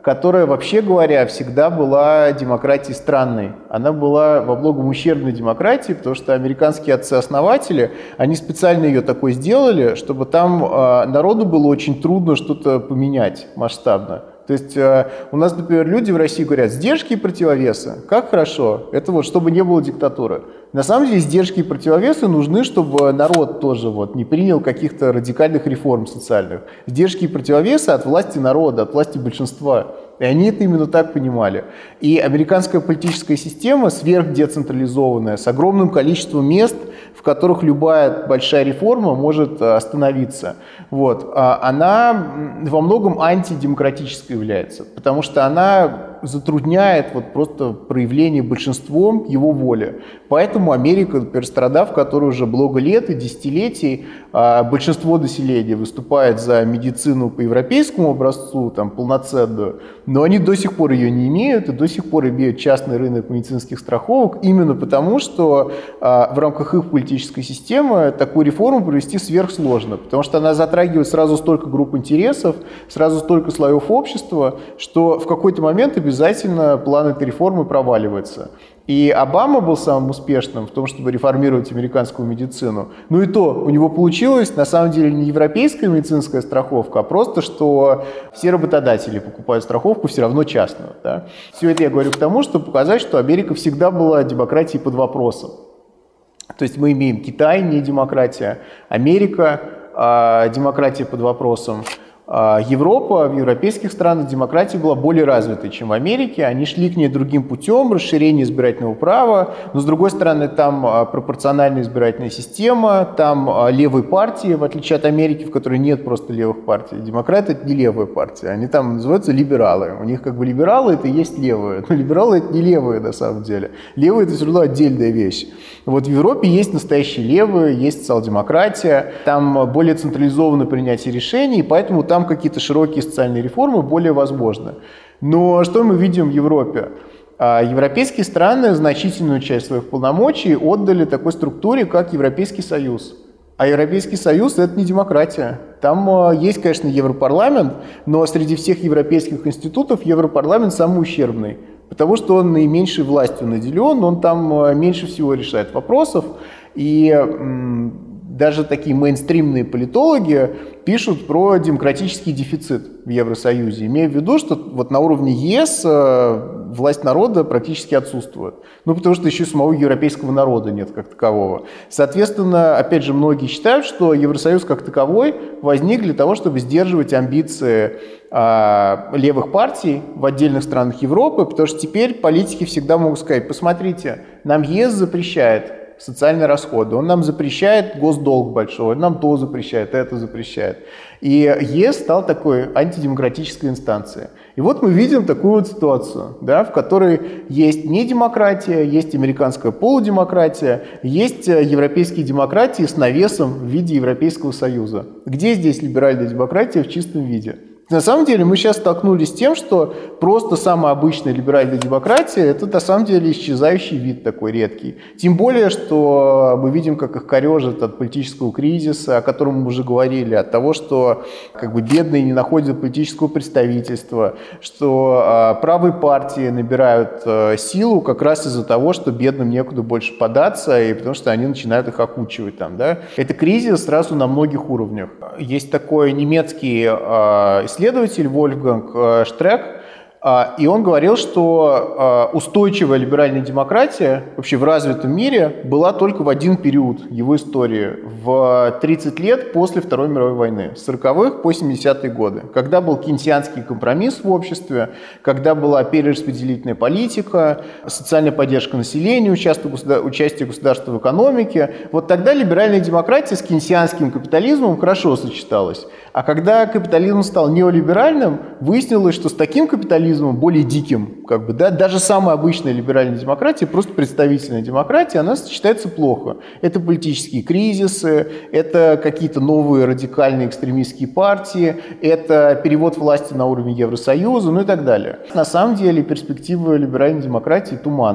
которая, вообще говоря, всегда была демократией странной. Она была во многом ущербной демократией, потому что американские отцы-основатели, они специально ее такой сделали, чтобы там э, народу было очень трудно что-то поменять масштабно. То есть э, у нас, например, люди в России говорят, сдержки и противовесы. Как хорошо. Это вот чтобы не было диктатуры. На самом деле сдержки и противовесы нужны, чтобы народ тоже вот не принял каких-то радикальных реформ социальных. Сдержки и противовесы от власти народа, от власти большинства. И они это именно так понимали. И американская политическая система сверхдецентрализованная, с огромным количеством мест, в которых любая большая реформа может остановиться. Вот. Она во многом антидемократической является, потому что она затрудняет вот просто проявление большинством его воли. Поэтому Америка, например, страна, в которой уже много лет и десятилетий большинство населения выступает за медицину по европейскому образцу, там, полноценную, но они до сих пор ее не имеют и до сих пор имеют частный рынок медицинских страховок именно потому, что в рамках их политической системы такую реформу провести сверхсложно, потому что она затрагивает сразу столько групп интересов, сразу столько слоев общества, что в какой-то момент обязательно план этой реформы проваливается. И Обама был самым успешным в том, чтобы реформировать американскую медицину. Ну и то, у него получилось, на самом деле, не европейская медицинская страховка, а просто, что все работодатели покупают страховку все равно частную. Да? Все это я говорю к тому, чтобы показать, что Америка всегда была демократией под вопросом. То есть мы имеем Китай, не демократия, Америка, а демократия под вопросом. Европа, в европейских странах демократия была более развитой, чем в Америке. Они шли к ней другим путем, расширение избирательного права. Но, с другой стороны, там пропорциональная избирательная система, там левые партии, в отличие от Америки, в которой нет просто левых партий. Демократы — это не левая партия, они там называются либералы. У них как бы либералы — это и есть левые. Но либералы — это не левые на самом деле. Левые — это все равно отдельная вещь. Вот в Европе есть настоящие левые, есть социал-демократия, там более централизованное принятие решений, и поэтому там какие-то широкие социальные реформы более возможны. Но что мы видим в Европе? Европейские страны значительную часть своих полномочий отдали такой структуре, как Европейский Союз. А Европейский Союз — это не демократия. Там есть, конечно, Европарламент, но среди всех европейских институтов Европарламент самый ущербный, потому что он наименьшей властью наделен, он там меньше всего решает вопросов, и даже такие мейнстримные политологи пишут про демократический дефицит в Евросоюзе, имея в виду, что вот на уровне ЕС власть народа практически отсутствует. Ну, потому что еще самого европейского народа нет как такового. Соответственно, опять же, многие считают, что Евросоюз как таковой возник для того, чтобы сдерживать амбиции а, левых партий в отдельных странах Европы, потому что теперь политики всегда могут сказать: посмотрите, нам ЕС запрещает социальные расходы, он нам запрещает госдолг большой, он нам то запрещает, это запрещает. И ЕС стал такой антидемократической инстанцией. И вот мы видим такую вот ситуацию, да, в которой есть не демократия, есть американская полудемократия, есть европейские демократии с навесом в виде Европейского Союза. Где здесь либеральная демократия в чистом виде? На самом деле мы сейчас столкнулись с тем, что просто самая обычная либеральная демократия — это на самом деле исчезающий вид такой редкий. Тем более, что мы видим, как их корежит от политического кризиса, о котором мы уже говорили, от того, что как бы бедные не находят политического представительства, что э, правые партии набирают э, силу как раз из-за того, что бедным некуда больше податься, и потому что они начинают их окучивать там, да. Это кризис сразу на многих уровнях. Есть такой немецкий э, исследователь Вольфганг Штрек, и он говорил, что устойчивая либеральная демократия вообще в развитом мире была только в один период его истории, в тридцать лет после Второй мировой войны, с сороковых по семидесятые годы, когда был кейнсианский компромисс в обществе, когда была перераспределительная политика, социальная поддержка населения, участие государства в экономике. Вот тогда либеральная демократия с кейнсианским капитализмом хорошо сочеталась. А когда капитализм стал неолиберальным, выяснилось, что с таким капитализмом, более диким, как бы, да, даже самая обычная либеральная демократия, просто представительная демократия, она сочетается плохо. Это политические кризисы, это какие-то новые радикальные экстремистские партии, это перевод власти на уровень Евросоюза, ну и так далее. На самом деле перспектива либеральной демократии туманная.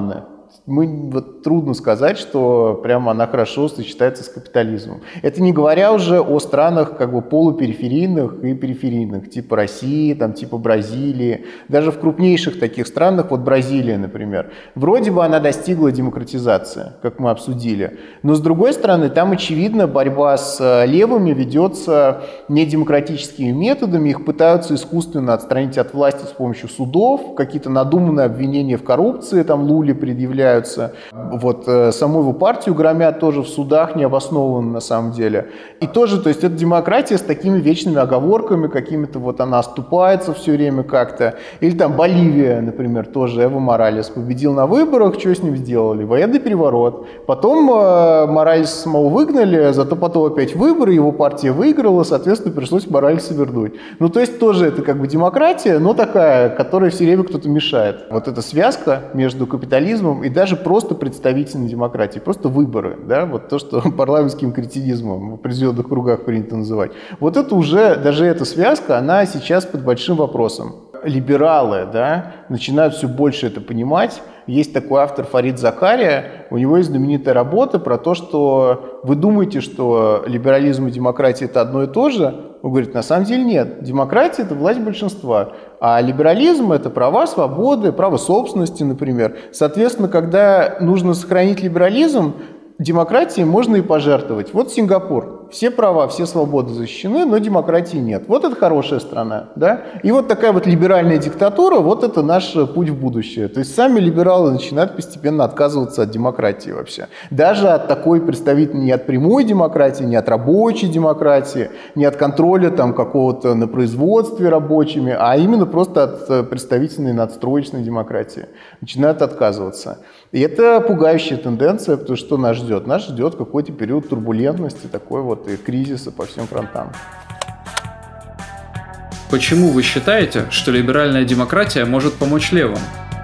Мы, вот, трудно сказать, что прямо она хорошо сочетается с капитализмом. Это не говоря уже о странах как бы полупериферийных и периферийных, типа России, там, типа Бразилии. Даже в крупнейших таких странах, вот Бразилия, например, вроде бы она достигла демократизации, как мы обсудили. Но с другой стороны, там, очевидно, борьба с левыми ведется не демократическими методами, их пытаются искусственно отстранить от власти с помощью судов, какие-то надуманные обвинения в коррупции, там Луле предъявляются. Вот саму его партию громят тоже в судах необоснованно на самом деле. И тоже, то есть это демократия с такими вечными оговорками, какими-то вот она оступается все время как-то. Или там Боливия, например, тоже Эво Моралес победил на выборах, что с ним сделали? Военный переворот. Потом э, Моралеса самого выгнали, зато потом опять выборы, его партия выиграла, соответственно, пришлось Моралеса вернуть. Ну, то есть тоже это как бы демократия, но такая, которой все время кто-то мешает. Вот эта связка между капитализмом и даже просто представительной демократией, просто выборы, да, вот то, что парламентским кретинизмом в определенных кругах принято называть. Вот это уже, даже эта связка, она сейчас под большим вопросом. Либералы, да, начинают все больше это понимать. Есть такой автор Фарид Закария, у него есть знаменитая работа про то, что вы думаете, что либерализм и демократия это одно и то же. Он говорит, на самом деле нет. Демократия – это власть большинства, а либерализм – это права, свободы, право собственности, например. Соответственно, когда нужно сохранить либерализм, демократии можно и пожертвовать. Вот Сингапур. Все права, все свободы защищены, но демократии нет. Вот это хорошая страна. Да? И вот такая вот либеральная диктатура, вот это наш путь в будущее. То есть сами либералы начинают постепенно отказываться от демократии вообще. Даже от такой представительной, не от прямой демократии, не от рабочей демократии, не от контроля там какого-то на производстве рабочими, а именно просто от представительной надстроечной демократии. Начинают отказываться. И это пугающая тенденция, потому что нас ждет? Нас ждет какой-то период турбулентности, такой вот и кризиса по всем фронтам. Почему вы считаете, что либеральная демократия может помочь левым?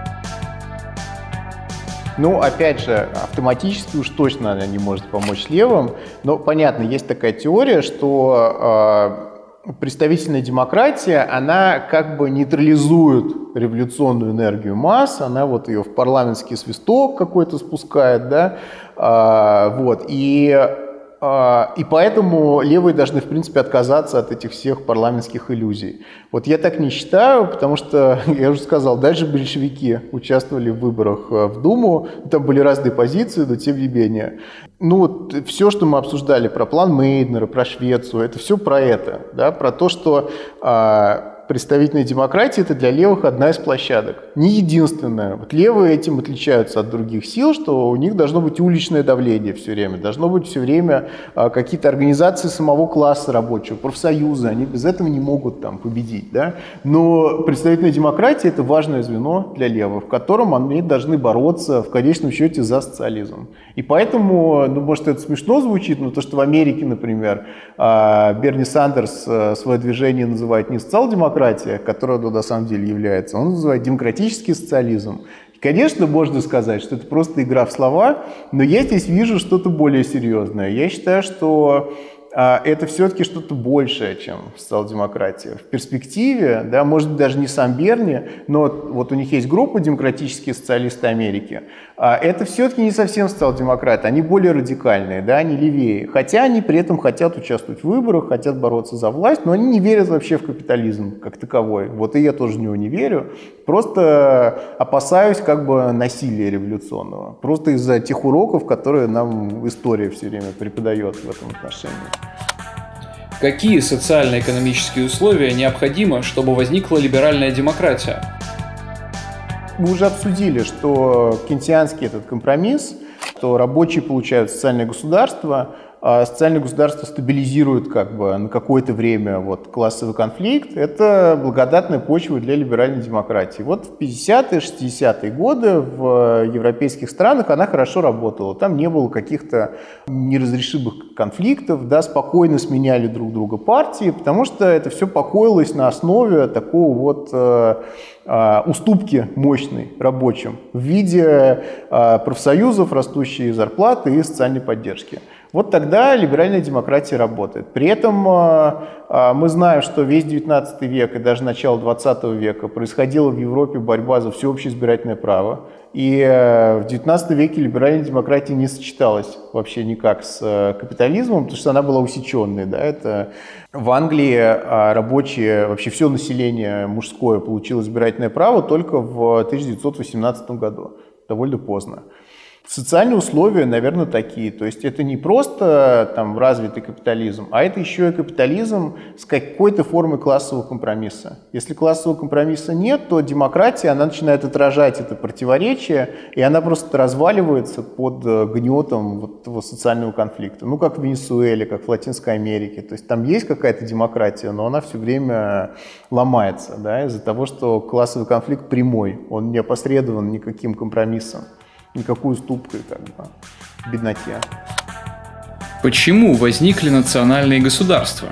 Ну, опять же, автоматически уж точно она не может помочь левым. Но, понятно, есть такая теория, что э, представительная демократия, она как бы нейтрализует революционную энергию масс, она вот ее в парламентский свисток какой-то спускает, да, э, вот, и... И поэтому левые должны, в принципе, отказаться от этих всех парламентских иллюзий. Вот я так не считаю, потому что, я уже сказал, дальше большевики участвовали в выборах в Думу, там были разные позиции, но тем не менее. Ну вот все, что мы обсуждали про план Мейднера, про Швецию, это все про это, да, про то, что а, представительная демократия – это для левых одна из площадок. Не единственная. Вот левые этим отличаются от других сил, что у них должно быть уличное давление все время, должно быть все время а, какие-то организации самого класса рабочего, профсоюзы, они без этого не могут там победить. Да? Но представительная демократия – это важное звено для левых, в котором они должны бороться в конечном счете за социализм. И поэтому, ну, может, это смешно звучит, но то, что в Америке, например, Берни Сандерс свое движение называет не социал-демократия, которая оно на самом деле является, он называет демократический социализм. И, конечно, можно сказать, что это просто игра в слова, но я здесь вижу что-то более серьезное. Я считаю, что это все-таки что-то большее, чем социал-демократия. В перспективе, да, может быть, даже не сам Берни, но вот у них есть группа «Демократические социалисты Америки». Это все-таки не совсем социал-демократы, они более радикальные, да, они левее. Хотя они при этом хотят участвовать в выборах, хотят бороться за власть, но они не верят вообще в капитализм как таковой. Вот и я тоже в него не верю. Просто опасаюсь как бы насилия революционного. Просто из-за тех уроков, которые нам история все время преподает в этом отношении. Какие социально-экономические условия необходимы, чтобы возникла либеральная демократия? Мы уже обсудили, что кейнсианский этот компромисс, что рабочие получают социальное государство, а социальное государство стабилизирует как бы на какое-то время вот, классовый конфликт, это благодатная почва для либеральной демократии. Вот в пятидесятые, шестидесятые годы в европейских странах она хорошо работала. Там не было каких-то неразрешимых конфликтов, да, спокойно сменяли друг друга партии, потому что это все покоилось на основе такого вот э, э, уступки мощной рабочим в виде э, профсоюзов, растущей зарплаты и социальной поддержки. Вот тогда либеральная демократия работает. При этом э, э, мы знаем, что весь девятнадцатый век и даже начало двадцатого века происходила в Европе борьба за всеобщее избирательное право. И в девятнадцатом веке либеральная демократия не сочеталась вообще никак с капитализмом, потому что она была усеченной. Да? Это в Англии рабочие, вообще все население мужское получило избирательное право только в тысяча девятьсот восемнадцатом году, довольно поздно. Социальные условия, наверное, такие. То есть это не просто там развитый капитализм, а это еще и капитализм с какой-то формой классового компромисса. Если классового компромисса нет, то демократия, она начинает отражать это противоречие, и она просто разваливается под гнетом вот этого социального конфликта. Ну, как в Венесуэле, как в Латинской Америке. То есть там есть какая-то демократия, но она все время ломается, да, из-за того, что классовый конфликт прямой, он не опосредован никаким компромиссом. Никакой уступкой как бы в бедноте. Почему возникли национальные государства?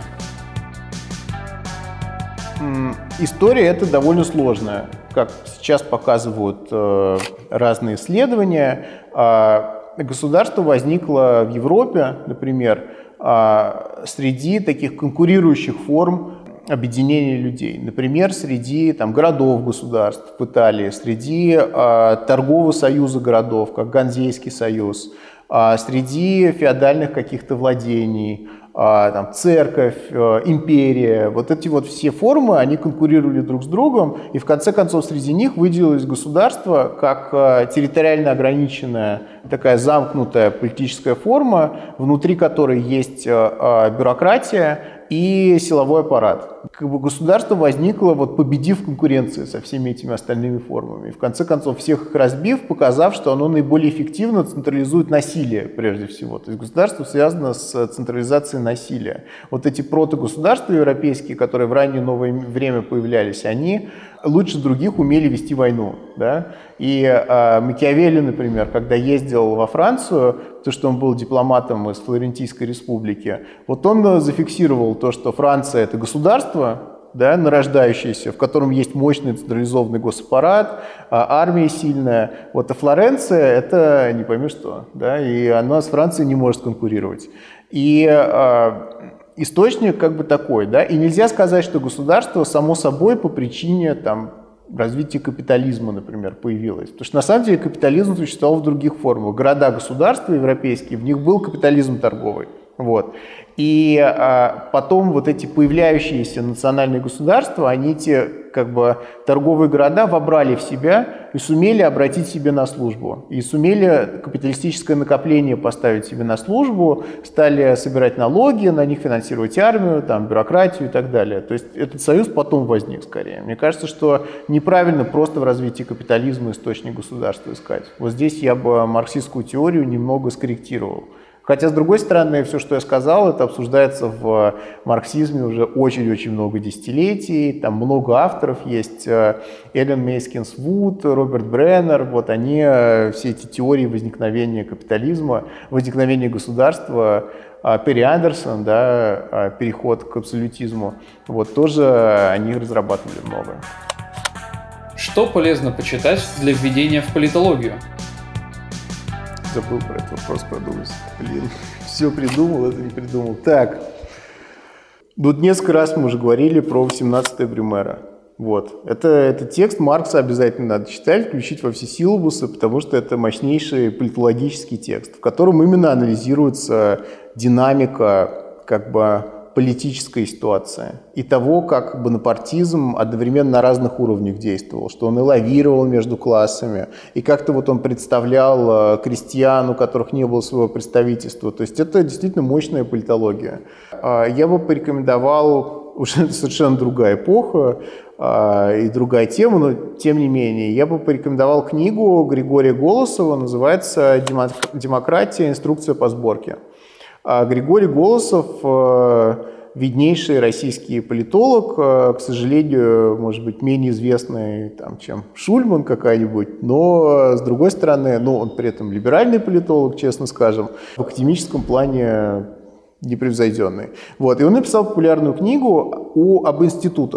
История эта довольно сложная. Как сейчас показывают э, разные исследования, э, государство возникло в Европе, например, э, среди таких конкурирующих форм объединения людей. Например, среди там, городов-государств в Италии, среди э, торгового союза городов, как Ганзейский союз, э, среди феодальных каких-то владений, э, там, церковь, э, империя. Вот эти вот все формы, они конкурировали друг с другом, и в конце концов среди них выделилось государство как э, территориально ограниченная, такая замкнутая политическая форма, внутри которой есть э, э, бюрократия и силовой аппарат. Как бы государство возникло, вот, победив конкуренцию со всеми этими остальными формами. И в конце концов, всех их разбив, показав, что оно наиболее эффективно централизует насилие, прежде всего. То есть государство связано с централизацией насилия. Вот эти протогосударства европейские, которые в раннее новое время появлялись, они лучше других умели вести войну. Да? И э, Макиавелли, например, когда ездил во Францию, то, что он был дипломатом из Флорентийской республики, вот он зафиксировал то, что Франция – это государство, да, нарождающееся, в котором есть мощный централизованный госаппарат, армия сильная. Вот, а Флоренция – это не пойми что, да, и она с Францией не может конкурировать. И э, источник как бы такой, да, и нельзя сказать, что государство само собой по причине там развитие капитализма, например, появилось. Потому что на самом деле капитализм существовал в других формах. Города-государства европейские, в них был капитализм торговый. Вот. И а, потом вот эти появляющиеся национальные государства, они эти как бы торговые города вобрали в себя и сумели обратить себе на службу. И сумели капиталистическое накопление поставить себе на службу, стали собирать налоги, на них финансировать армию, там, бюрократию и так далее. То есть этот союз потом возник скорее. Мне кажется, что неправильно просто в развитии капитализма источник государства искать. Вот здесь я бы марксистскую теорию немного скорректировал. Хотя, с другой стороны, все, что я сказал, это обсуждается в марксизме уже очень-очень много десятилетий. Там много авторов есть. Эллен Мейскинс Вуд, Роберт Бреннер. Вот они, все эти теории возникновения капитализма, возникновения государства, Перри Андерсон, да, переход к абсолютизму, вот тоже они разрабатывали много. Что полезно почитать для введения в политологию? Забыл про этот вопрос подумать. Блин, все придумал, это не придумал. Так, вот несколько раз мы уже говорили про восемнадцатое Брюмера. Вот. Это, этот текст Маркса обязательно надо читать, включить во все силабусы, потому что это мощнейший политологический текст, в котором именно анализируется динамика как бы политической ситуации и того, как бонапартизм одновременно на разных уровнях действовал, что он и лавировал между классами, и как-то вот он представлял крестьян, у которых не было своего представительства. То есть это действительно мощная политология. Я бы порекомендовал, уже совершенно другая эпоха и другая тема, но тем не менее, я бы порекомендовал книгу Григория Голосова, называется «Демократия. Инструкция по сборке». А Григорий Голосов – виднейший российский политолог, к сожалению, может быть, менее известный, там, чем Шульман какая-нибудь, но, с другой стороны, ну, он при этом либеральный политолог, честно скажем, в академическом плане непревзойденный. Вот. И он написал популярную книгу о, об институтах.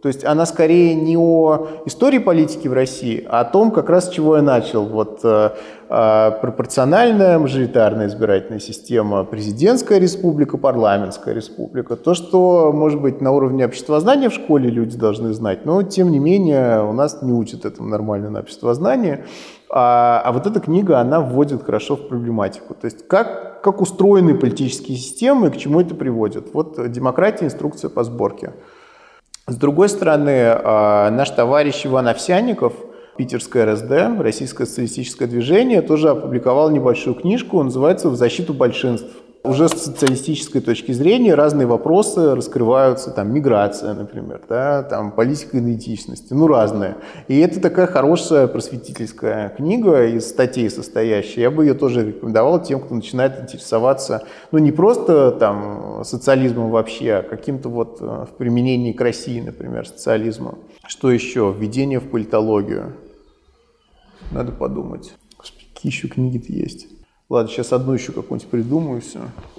То есть она скорее не о истории политики в России, а о том, как раз с чего я начал. Вот э, э, пропорциональная мажоритарная избирательная система, президентская республика, парламентская республика. То, что, может быть, на уровне обществознания в школе люди должны знать, но, тем не менее, у нас не учат этому нормально на обществознании. А, а вот эта книга, она вводит хорошо в проблематику. То есть как, как устроены политические системы и к чему это приводит. Вот «Демократия. Инструкция по сборке». С другой стороны, наш товарищ Иван Овсянников, питерское эр эс дэ, Российское социалистическое движение, тоже опубликовал небольшую книжку, называется «В защиту большинств». Уже с социалистической точки зрения разные вопросы раскрываются, там, миграция, например, да, там, политика идентичности, ну, разные. И это такая хорошая просветительская книга из статей состоящая. Я бы ее тоже рекомендовал тем, кто начинает интересоваться, ну, не просто там социализмом вообще, а каким-то вот в применении к России, например, социализма. Что еще? Введение в политологию. Надо подумать. Господи, какие еще книги-то есть? Ладно, сейчас одну еще какую-нибудь придумаю, все.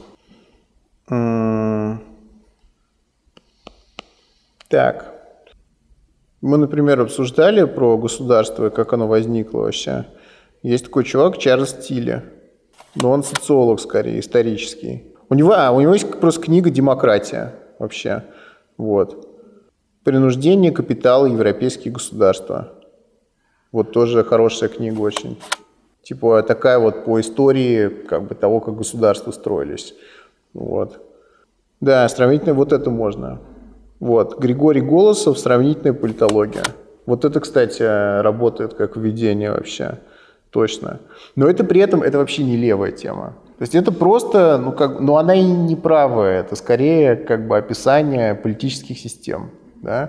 Так. Мы, например, обсуждали про государство, как оно возникло вообще. Есть такой чувак Чарльз Тилли. Но он социолог, скорее, исторический. У него, а, у него есть просто книга «Демократия» вообще. Вот. «Принуждение капитала европейские государства». Вот тоже хорошая книга очень. Типа такая вот по истории как бы того, как государства строились. Вот. Да, сравнительно вот это можно. Вот. Григорий Голосов, «Сравнительная политология». Вот это, кстати, работает как введение вообще. Точно. Но это при этом, это вообще не левая тема. То есть это просто, ну, как, ну она и не правая. Это скорее как бы описание политических систем. Да?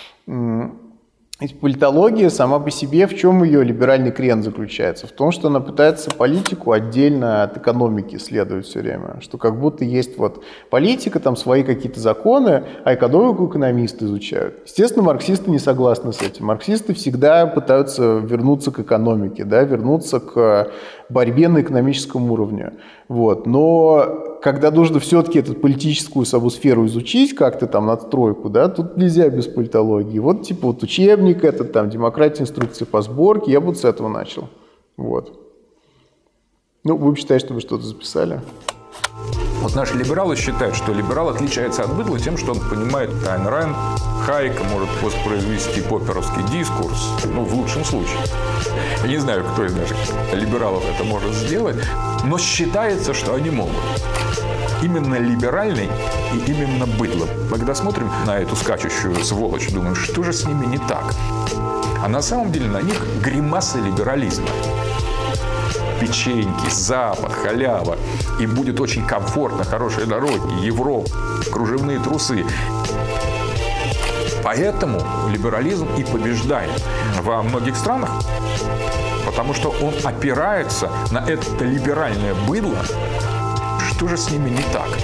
Политология сама по себе, в чем ее либеральный крен заключается? В том, что она пытается политику отдельно от экономики исследовать все время. Что как будто есть вот политика, там свои какие-то законы, а экономику экономисты изучают. Естественно, марксисты не согласны с этим. Марксисты всегда пытаются вернуться к экономике, да, вернуться к борьбе на экономическом уровне. Вот. Но когда нужно все-таки эту политическую саму сферу изучить, как-то там надстройку, да, тут нельзя без политологии. Вот типа вот учебник этот, там, «Демократия. Инструкция по сборке», я бы с этого начал. Вот. Ну, будем считать, что вы что-то записали. Вот наши либералы считают, что либерал отличается от быдла тем, что он понимает Айн Рэнд, Хайека, может воспроизвести попперовский дискурс, ну, в лучшем случае. Я не знаю, кто из наших либералов это может сделать, но считается, что они могут. Именно либеральный и именно быдло. Когда смотрим на эту скачущую сволочь, думаем, что же с ними не так? А на самом деле на них гримасы либерализма. Печеньки, Запад, халява. Им будет очень комфортно, хорошие дороги, Европа, кружевные трусы. Поэтому либерализм и побеждает во многих странах, потому что он опирается на это либеральное быдло. Что же с ними не так?